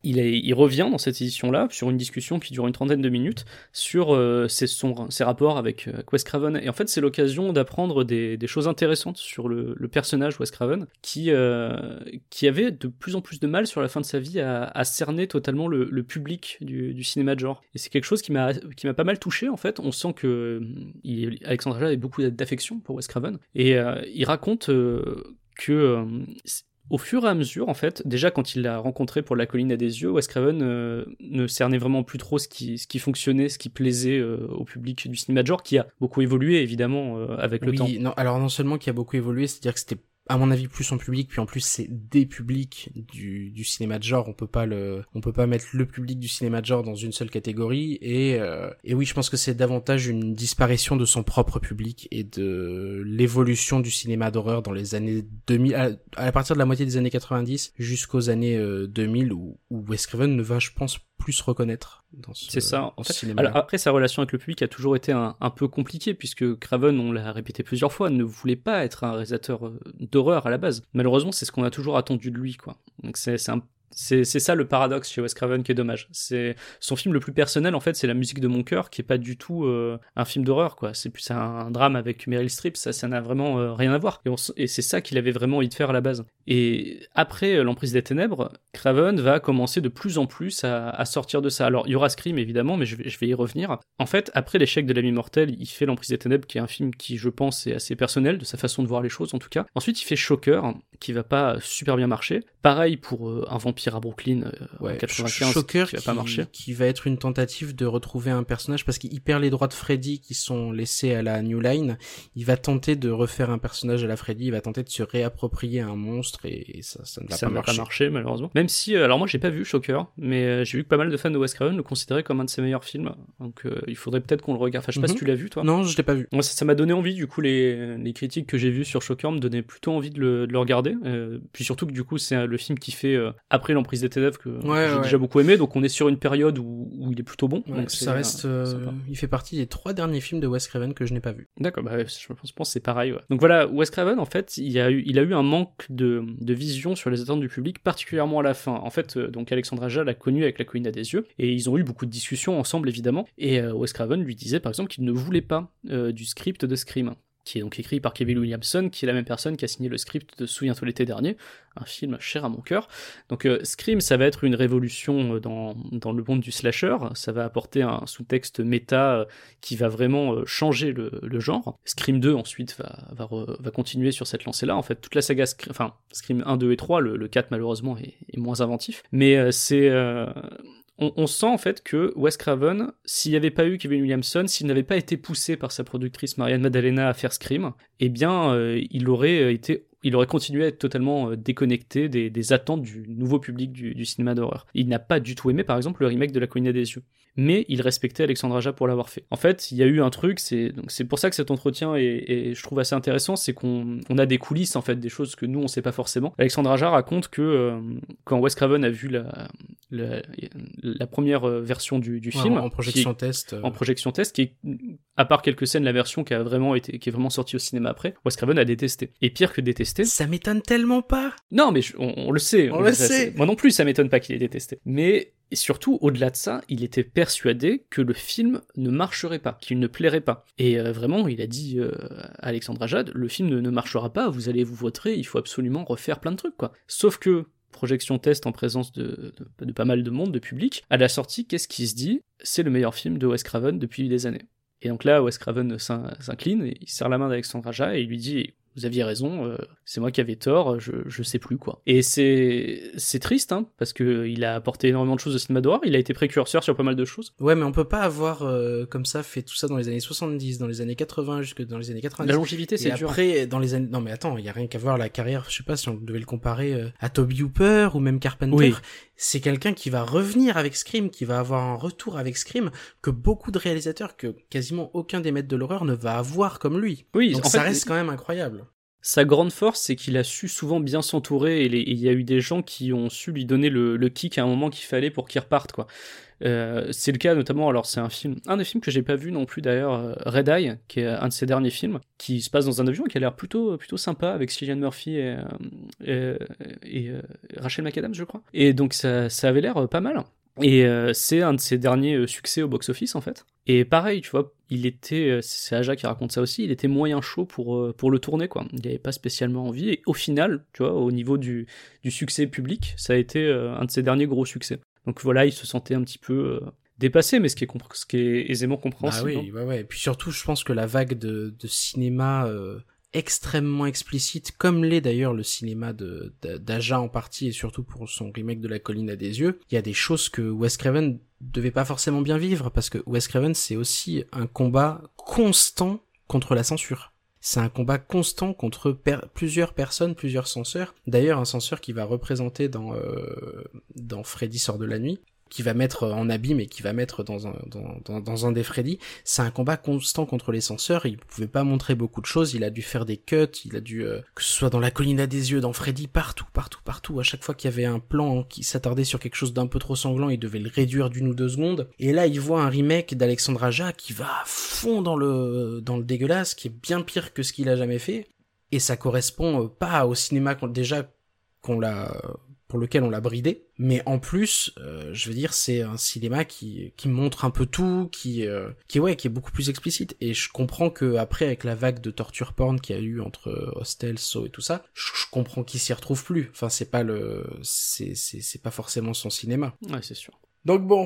il, est, il revient dans cette édition-là sur une discussion qui dure une trentaine de minutes sur euh, ses, son, ses rapports avec euh, Wes Craven. Et en fait, c'est l'occasion d'apprendre des, des choses intéressantes sur le, le personnage Wes Craven, qui, euh, qui avait de plus en plus de mal sur la fin de sa vie à, à cerner totalement le, le public du, du cinéma de genre. Et c'est quelque chose qui m'a, qui m'a pas mal touché, en fait. On sent que il, Alexandre Aja avait beaucoup d'affection pour Wes Craven. Et euh, il raconte euh, que... Euh, au fur et à mesure, en fait, déjà quand il l'a rencontré pour La Colline à des yeux, Wes Craven euh, ne cernait vraiment plus trop ce qui, ce qui fonctionnait, ce qui plaisait euh, au public du cinéma de genre, qui a beaucoup évolué évidemment euh, avec le oui, temps. Non, alors non seulement qui a beaucoup évolué, c'est-à-dire que c'était à mon avis plus son public, puis en plus c'est des publics du, du cinéma de genre, on peut pas le, on peut pas mettre le public du cinéma de genre dans une seule catégorie, et, euh, et oui, je pense que c'est davantage une disparition de son propre public et de l'évolution du cinéma d'horreur dans les années deux mille, à, à partir de la moitié des années quatre-vingt-dix jusqu'aux années euh, deux mille, où, où Wes Craven ne va, je pense, plus se reconnaître dans ce, c'est ça. En fait, cinéma. Alors, après, sa relation avec le public a toujours été un, un peu compliquée, puisque Craven, on l'a répété plusieurs fois, ne voulait pas être un réalisateur d'horreur à la base. Malheureusement, c'est ce qu'on a toujours attendu de lui, quoi. Donc c'est, c'est un C'est, c'est ça le paradoxe chez Wes Craven qui est dommage. C'est son film le plus personnel, en fait, c'est La musique de mon cœur, qui est pas du tout euh, un film d'horreur, quoi. C'est plus un, un drame avec Meryl Streep, ça, ça n'a vraiment euh, rien à voir. Et, on, et c'est ça qu'il avait vraiment envie de faire à la base. Et après euh, L'Emprise des Ténèbres, Craven va commencer de plus en plus à, à sortir de ça. Alors, il y aura Scream, évidemment, mais je vais, je vais y revenir. En fait, après l'échec de L'Ami Mortel, il fait L'Emprise des Ténèbres, qui est un film qui, je pense, est assez personnel, de sa façon de voir les choses, en tout cas. Ensuite, il fait Shocker, qui va pas super bien marcher. Pareil pour euh, Un vampire à Brooklyn, euh, ouais, en quatre-vingt-quinze, Shocker qui va qui, pas marcher. Qui va être une tentative de retrouver un personnage, parce qu'il perd les droits de Freddy qui sont laissés à la New Line. Il va tenter de refaire un personnage à la Freddy, il va tenter de se réapproprier un monstre, et, et ça, ça ne va ça pas n'a marcher. pas marché, malheureusement. Même si, euh, alors moi j'ai pas vu Shocker, mais euh, j'ai vu que pas mal de fans de Wes Craven le considéraient comme un de ses meilleurs films, donc euh, il faudrait peut-être qu'on le regarde. Enfin, je sais pas Mm-hmm. si tu l'as vu, toi. Non, je l'ai pas vu. Moi, ça, ça m'a donné envie, du coup, les, les critiques que j'ai vues sur Shocker me donnaient plutôt envie de le, de le regarder, euh, puis surtout que du coup, c'est le film qui fait euh, après L'Emprise des Ténèbres, que ouais, j'ai ouais. déjà beaucoup aimé, donc on est sur une période où, où il est plutôt bon. Ouais, donc ça reste, euh, euh, il fait partie des trois derniers films de Wes Craven que je n'ai pas vu. D'accord, bah, je pense, je pense que c'est pareil. Ouais. Donc voilà, Wes Craven, en fait, il a eu, il a eu un manque de, de vision sur les attentes du public, particulièrement à la fin. En fait, euh, donc Alexandre Aja l'a connu avec La Colline à des yeux, et ils ont eu beaucoup de discussions ensemble, évidemment, et euh, Wes Craven lui disait, par exemple, qu'il ne voulait pas euh, du script de Scream, qui est donc écrit par Kevin Williamson, qui est la même personne qui a signé le script de Souviens-toi l'été dernier, un film cher à mon cœur. Donc euh, Scream, ça va être une révolution dans, dans le monde du slasher, ça va apporter un sous-texte méta euh, qui va vraiment euh, changer le, le genre. Scream deux, ensuite, va, va, re, va continuer sur cette lancée-là. En fait, toute la saga, Scream, enfin, Scream un, deux et trois, le, le quatre, malheureusement, est, est moins inventif. Mais euh, c'est... Euh, On, on sent en fait que Wes Craven, s'il n'y avait pas eu Kevin Williamson, s'il n'avait pas été poussé par sa productrice Marianne Maddalena à faire Scream, eh bien, euh, il aurait été, il aurait continué à être totalement euh, déconnecté des, des attentes du nouveau public du, du cinéma d'horreur. Il n'a pas du tout aimé, par exemple, le remake de La Colline à des yeux, mais il respectait Alexandre Aja pour l'avoir fait. En fait, il y a eu un truc, c'est donc c'est pour ça que cet entretien est, est je trouve assez intéressant, c'est qu'on on a des coulisses en fait, des choses que nous on sait pas forcément. Alexandre Aja raconte que euh, quand Wes Craven a vu la la, la première version du, du film, ouais, en projection qui, test, euh... en projection test, qui est, à part quelques scènes, la version qui a vraiment été, qui est vraiment sortie au cinéma après, Wes Craven a détesté. Et pire que détesté, ça m'étonne tellement pas. Non, mais je, on, on le sait. On, on le le sait. sait. Moi non plus, ça m'étonne pas qu'il ait détesté. Mais et surtout, au-delà de ça, il était persuadé que le film ne marcherait pas, qu'il ne plairait pas. Et euh, vraiment, il a dit euh, à Alexandre Aja, le film ne, ne marchera pas, vous allez vous voter, il faut absolument refaire plein de trucs, quoi. Sauf que, projection test en présence de, de, de pas mal de monde, de public, à la sortie, qu'est-ce qui se dit ? C'est le meilleur film de Wes Craven depuis des années. Et donc là, Wes Craven s'incline, et il serre la main d'Alexandre Aja et il lui dit... Vous aviez raison, euh, c'est moi qui avais tort, je, je sais plus quoi. Et c'est c'est triste, hein, parce que il a apporté énormément de choses au cinéma d'horreur, il a été précurseur sur pas mal de choses. Ouais, mais on peut pas avoir euh, comme ça fait tout ça dans les années soixante-dix, dans les années quatre-vingts, jusque dans les années quatre-vingt-dix. La longévité, c'est et dur. Après, dans les années, non mais attends, il y a rien qu'à voir la carrière. Je sais pas si on devait le comparer euh, à Toby Hooper ou même Carpenter. Oui. C'est quelqu'un qui va revenir avec Scream, qui va avoir un retour avec Scream que beaucoup de réalisateurs, que quasiment aucun des maîtres de l'horreur ne va avoir comme lui. Oui, donc en ça fait, reste quand même incroyable. Sa grande force, c'est qu'il a su souvent bien s'entourer, et il y a eu des gens qui ont su lui donner le, le kick à un moment qu'il fallait pour qu'il reparte, quoi. Euh, c'est le cas notamment, alors c'est un film, un des films que j'ai pas vu non plus d'ailleurs, euh, Red Eye, qui est un de ses derniers films, qui se passe dans un avion et qui a l'air plutôt, plutôt sympa, avec Cillian Murphy et, euh, et, et euh, Rachel McAdams, je crois. Et donc ça, ça avait l'air pas mal. Et euh, c'est un de ses derniers euh, succès au box-office, en fait. Et pareil, tu vois, il était, euh, c'est Aja qui raconte ça aussi, il était moyen chaud pour, euh, pour le tourner, quoi. Il n'avait pas spécialement envie. Et au final, tu vois, au niveau du, du succès public, ça a été euh, un de ses derniers gros succès. Donc voilà, il se sentait un petit peu euh, dépassé, mais ce qui est, compr- ce qui est aisément compréhensible. Ah oui, ouais, ouais. Et puis surtout, je pense que la vague de, de cinéma euh, extrêmement explicite, comme l'est d'ailleurs le cinéma de, de d'Aja en partie, et surtout pour son remake de La Colline à des yeux, il y a des choses que Wes Craven devait pas forcément bien vivre, parce que Wes Craven, c'est aussi un combat constant contre la censure. C'est un combat constant contre per- plusieurs personnes, plusieurs censeurs. D'ailleurs, un censeur qui va représenter dans euh, dans Freddy sort de la nuit, qui va mettre en habit, mais qui va mettre dans un dans, dans, dans un des Freddy. C'est un combat constant contre les censeurs. Il pouvait pas montrer beaucoup de choses. Il a dû faire des cuts. Il a dû euh, que ce soit dans La Colline à des yeux, dans Freddy, partout, partout, partout. À chaque fois qu'il y avait un plan qui s'attardait sur quelque chose d'un peu trop sanglant, il devait le réduire d'une ou deux secondes. Et là, il voit un remake d'Alexandre Aja qui va à fond dans le dans le dégueulasse, qui est bien pire que ce qu'il a jamais fait. Et ça correspond pas au cinéma qu'on, déjà qu'on l'a pour lequel on l'a bridé, mais en plus, euh, je veux dire, c'est un cinéma qui qui montre un peu tout, qui euh, qui ouais, qui est beaucoup plus explicite. Et je comprends que après, avec la vague de torture porn qu'il y a eu entre Hostel, Saw et tout ça, je, je comprends qu'il s'y retrouve plus. Enfin, c'est pas le, c'est c'est c'est pas forcément son cinéma. Ouais, c'est sûr. Donc bon,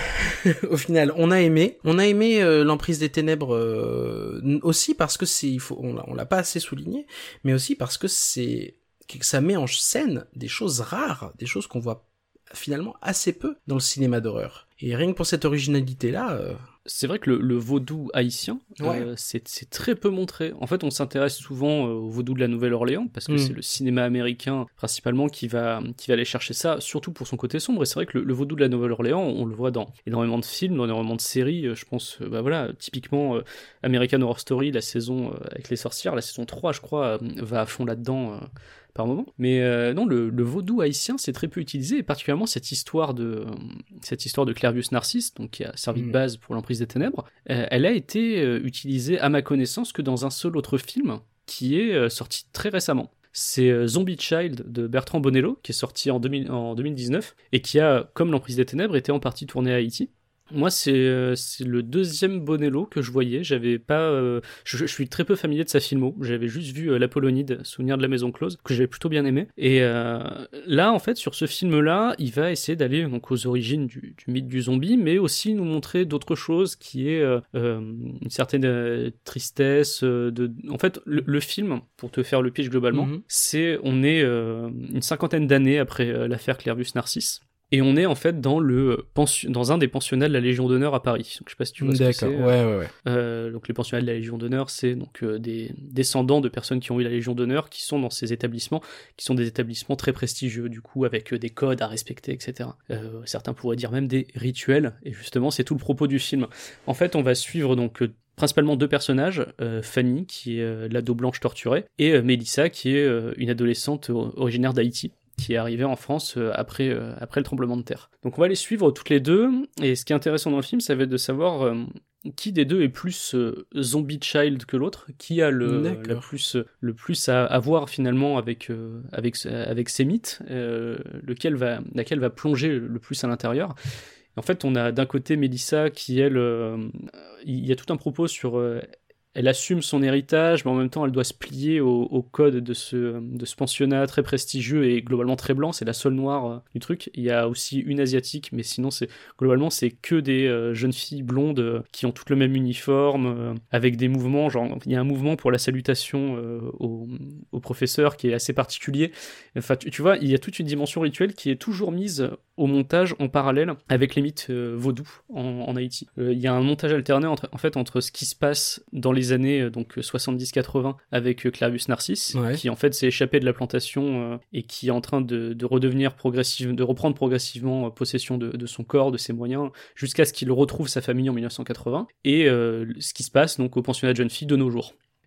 au final, on a aimé, on a aimé euh, l'emprise des ténèbres euh, aussi parce que c'est, il faut, on l'a, on l'a pas assez souligné, mais aussi parce que c'est, que ça met en scène des choses rares, des choses qu'on voit finalement assez peu dans le cinéma d'horreur. Et rien que pour cette originalité-là... Euh... C'est vrai que le, le vaudou haïtien, ouais. euh, c'est, c'est très peu montré. En fait, on s'intéresse souvent euh, au vaudou de la Nouvelle-Orléans, parce que mmh. c'est le cinéma américain, principalement, qui va, qui va aller chercher ça, surtout pour son côté sombre. Et c'est vrai que le, le vaudou de la Nouvelle-Orléans, on le voit dans énormément de films, dans énormément de séries. Euh, je pense, euh, bah voilà, typiquement, euh, American Horror Story, la saison euh, avec les sorcières, la saison trois, je crois, euh, va à fond là-dedans... Euh, par moment. Mais euh, non, le, le vaudou haïtien, c'est très peu utilisé, et particulièrement cette histoire de, cette histoire de Clervius Narcisse, donc qui a servi de base pour l'emprise des ténèbres, euh, elle a été euh, utilisée, à ma connaissance, que dans un seul autre film, qui est euh, sorti très récemment. C'est euh, Zombie Child de Bertrand Bonello, qui est sorti en, deux mille, en deux mille dix-neuf, et qui a, comme l'emprise des ténèbres, été en partie tourné à Haïti. Moi, c'est, euh, c'est le deuxième Bonello que je voyais. J'avais pas, euh, je, je suis très peu familier de sa filmo. J'avais juste vu euh, l'Apollonide, Souvenir de la Maison Close, que j'avais plutôt bien aimé. Et euh, là, en fait, sur ce film-là, il va essayer d'aller donc aux origines du, du mythe du zombie, mais aussi nous montrer d'autres choses, qui est euh, euh, une certaine euh, tristesse. Euh, de, en fait, le, le film, pour te faire le pitch globalement, mm-hmm. c'est, on est euh, une cinquantaine d'années après euh, l'affaire Clervius Narcisse. Et on est en fait dans le pension... dans un des pensionnats de la Légion d'honneur à Paris. Donc je sais pas si tu vois ce D'accord. que c'est. D'accord, ouais, ouais, ouais. Euh, donc les pensionnats de la Légion d'honneur, c'est donc euh, des descendants de personnes qui ont eu la Légion d'honneur, qui sont dans ces établissements, qui sont des établissements très prestigieux, du coup, avec euh, des codes à respecter, et cetera. Euh, certains pourraient dire même des rituels, et justement, c'est tout le propos du film. En fait, on va suivre donc euh, principalement deux personnages, euh, Fanny, qui est euh, l'ado blanche torturée, et euh, Mélissa, qui est euh, une adolescente originaire d'Haïti, qui est arrivée en France euh, après, euh, après le tremblement de terre. Donc on va les suivre toutes les deux, et ce qui est intéressant dans le film, ça va être de savoir euh, qui des deux est plus euh, zombie child que l'autre, qui a le, la plus, le plus à, à voir finalement avec, euh, avec, avec ses mythes, euh, lequel va, laquelle va plonger le plus à l'intérieur. En fait, on a d'un côté Mélissa qui, elle, euh, il y a tout un propos sur... Euh, elle assume son héritage, mais en même temps, elle doit se plier au, au code de ce, de ce pensionnat très prestigieux et globalement très blanc. C'est la seule noire euh, du truc. Il y a aussi une asiatique, mais sinon, c'est globalement, c'est que des euh, jeunes filles blondes euh, qui ont toutes le même uniforme, euh, avec des mouvements. Genre, il y a un mouvement pour la salutation euh, au, au professeur qui est assez particulier. Enfin, tu, tu vois, il y a toute une dimension rituelle qui est toujours mise au montage en parallèle avec les mythes euh, vaudous en, en Haïti. Euh, il y a un montage alterné entre, en fait, entre ce qui se passe dans les années euh, donc soixante-dix quatre-vingts avec euh, Clervius Narcisse, ouais. qui en fait s'est échappé de la plantation euh, et qui est en train de, de redevenir progressivement, de reprendre progressivement euh, possession de, de son corps, de ses moyens, jusqu'à ce qu'il retrouve sa famille en mille neuf cent quatre-vingts, et euh, ce qui se passe donc au pensionnat de jeunes filles de nos jours.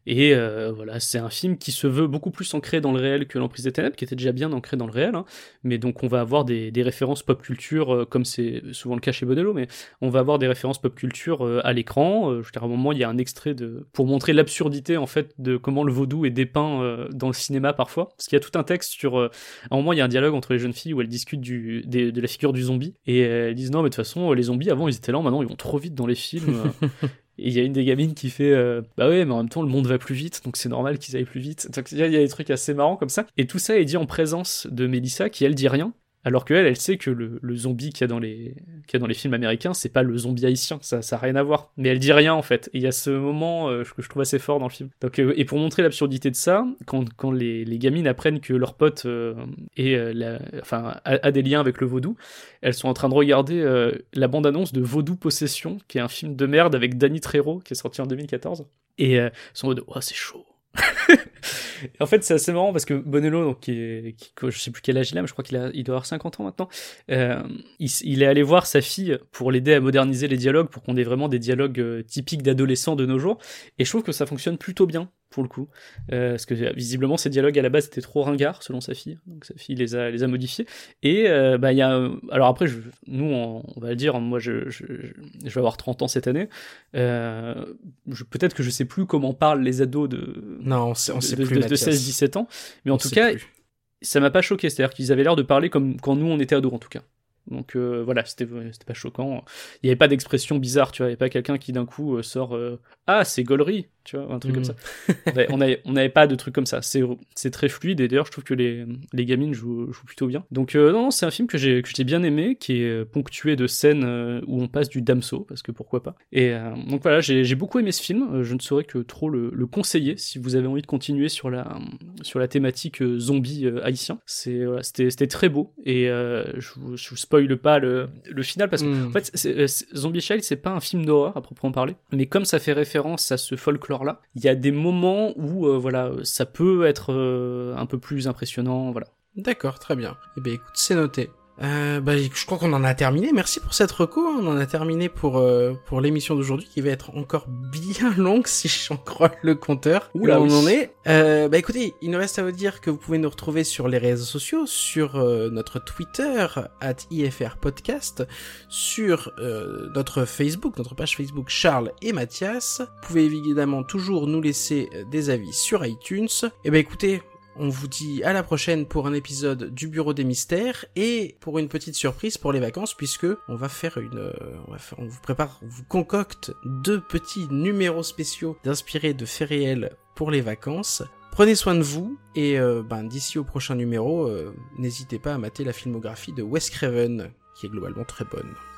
Et euh, voilà, c'est un film qui se veut beaucoup plus ancré dans le réel que l'Emprise des Ténèbres, qui était déjà bien ancré dans le réel, hein. Mais donc on va avoir des, des références pop culture, euh, comme c'est souvent le cas chez Bonello, mais on va avoir des références pop culture euh, à l'écran. Euh, je veux dire, à un moment, il y a un extrait de pour montrer l'absurdité en fait de comment le vaudou est dépeint euh, dans le cinéma parfois, parce qu'il y a tout un texte sur. Euh, à un moment, il y a un dialogue entre les jeunes filles où elles discutent du, des, de la figure du zombie et euh, elles disent non, mais de toute façon, les zombies avant ils étaient lents, maintenant ils vont trop vite dans les films. Et il y a une des gamines qui fait euh, bah ouais, mais en même temps le monde va plus vite, donc c'est normal qu'ils aillent plus vite. Donc il y a des trucs assez marrants comme ça. Et tout ça est dit en présence de Mélissa qui elle dit rien, alors qu'elle, elle sait que le, le zombie qu'il y a dans les qu'il y a dans les films américains, c'est pas le zombie haïtien, ça ça a rien à voir. Mais elle dit rien en fait. Et il y a ce moment euh, que je trouve assez fort dans le film. Donc euh, et pour montrer l'absurdité de ça, quand quand les, les gamines apprennent que leur pote euh, est euh, la, enfin a, a des liens avec le vaudou, elles sont en train de regarder euh, la bande-annonce de Vaudou Possession, qui est un film de merde avec Danny Trejo qui est sorti en deux mille quatorze. Et euh, elles sont en mode oh c'est chaud. En fait, c'est assez marrant parce que Bonello, donc, qui est, qui, je sais plus quel âge il a, mais je crois qu'il a, il doit avoir cinquante ans maintenant. Euh, il, il est allé voir sa fille pour l'aider à moderniser les dialogues, pour qu'on ait vraiment des dialogues euh, typiques d'adolescents de nos jours. Et je trouve que ça fonctionne plutôt bien, pour le coup. Euh, parce que visiblement, ces dialogues à la base étaient trop ringards, selon sa fille. Donc sa fille les a, les a modifiés. Et euh, bah, il y a. Alors après, je, nous, on, on va le dire, moi, je, je, je, je vais avoir trente ans cette année. Euh, je, peut-être que je sais plus comment parlent les ados de. Non, on sait, on de, sait de, plus. De, de seize dix-sept ans. Mais en on tout cas, plus. Ça m'a pas choqué. C'est-à-dire qu'ils avaient l'air de parler comme quand nous, on était ados, en tout cas. Donc euh, voilà, c'était, c'était pas choquant. Il y avait pas d'expression bizarre, tu vois. Il y avait pas quelqu'un qui d'un coup euh, sort euh, ah, c'est gaulerie, tu vois, un truc mmh. comme ça. on avait, on avait pas de trucs comme ça. C'est, c'est très fluide et d'ailleurs, je trouve que les, les gamines jouent, jouent plutôt bien. Donc euh, non, c'est un film que j'ai, que j'ai bien aimé, qui est ponctué de scènes euh, où on passe du damso, parce que pourquoi pas. Et euh, donc voilà, j'ai, j'ai beaucoup aimé ce film. Je ne saurais que trop le, le conseiller si vous avez envie de continuer sur la, sur la thématique euh, zombie euh, haïtien. C'est, voilà, c'était, c'était très beau et euh, je, je vous spoil pas le, le final parce que mmh. en fait c'est, c'est, Zombie Child c'est pas un film d'horreur à proprement parler, mais comme ça fait référence à ce folklore là, il y a des moments où euh, voilà ça peut être euh, un peu plus impressionnant, voilà. D'accord, très bien. Eh ben écoute, c'est noté. Euh, bah, je crois qu'on en a terminé. Merci pour cette reco. On en a terminé pour euh, pour l'émission d'aujourd'hui qui va être encore bien longue si j'en crois le compteur. Oula, on oui. en est. Euh, bah écoutez, il nous reste à vous dire que vous pouvez nous retrouver sur les réseaux sociaux, sur euh, notre Twitter arobase I F R podcast, sur euh, notre Facebook, notre page Facebook Charles et Mathias. Vous pouvez évidemment toujours nous laisser des avis sur iTunes. Et bah écoutez. On vous dit à la prochaine pour un épisode du Bureau des Mystères et pour une petite surprise pour les vacances puisque on va faire une, euh, on va faire, on vous prépare, on vous concocte deux petits numéros spéciaux inspirés de faits réels pour les vacances. Prenez soin de vous et euh, ben d'ici au prochain numéro, euh, n'hésitez pas à mater la filmographie de Wes Craven qui est globalement très bonne.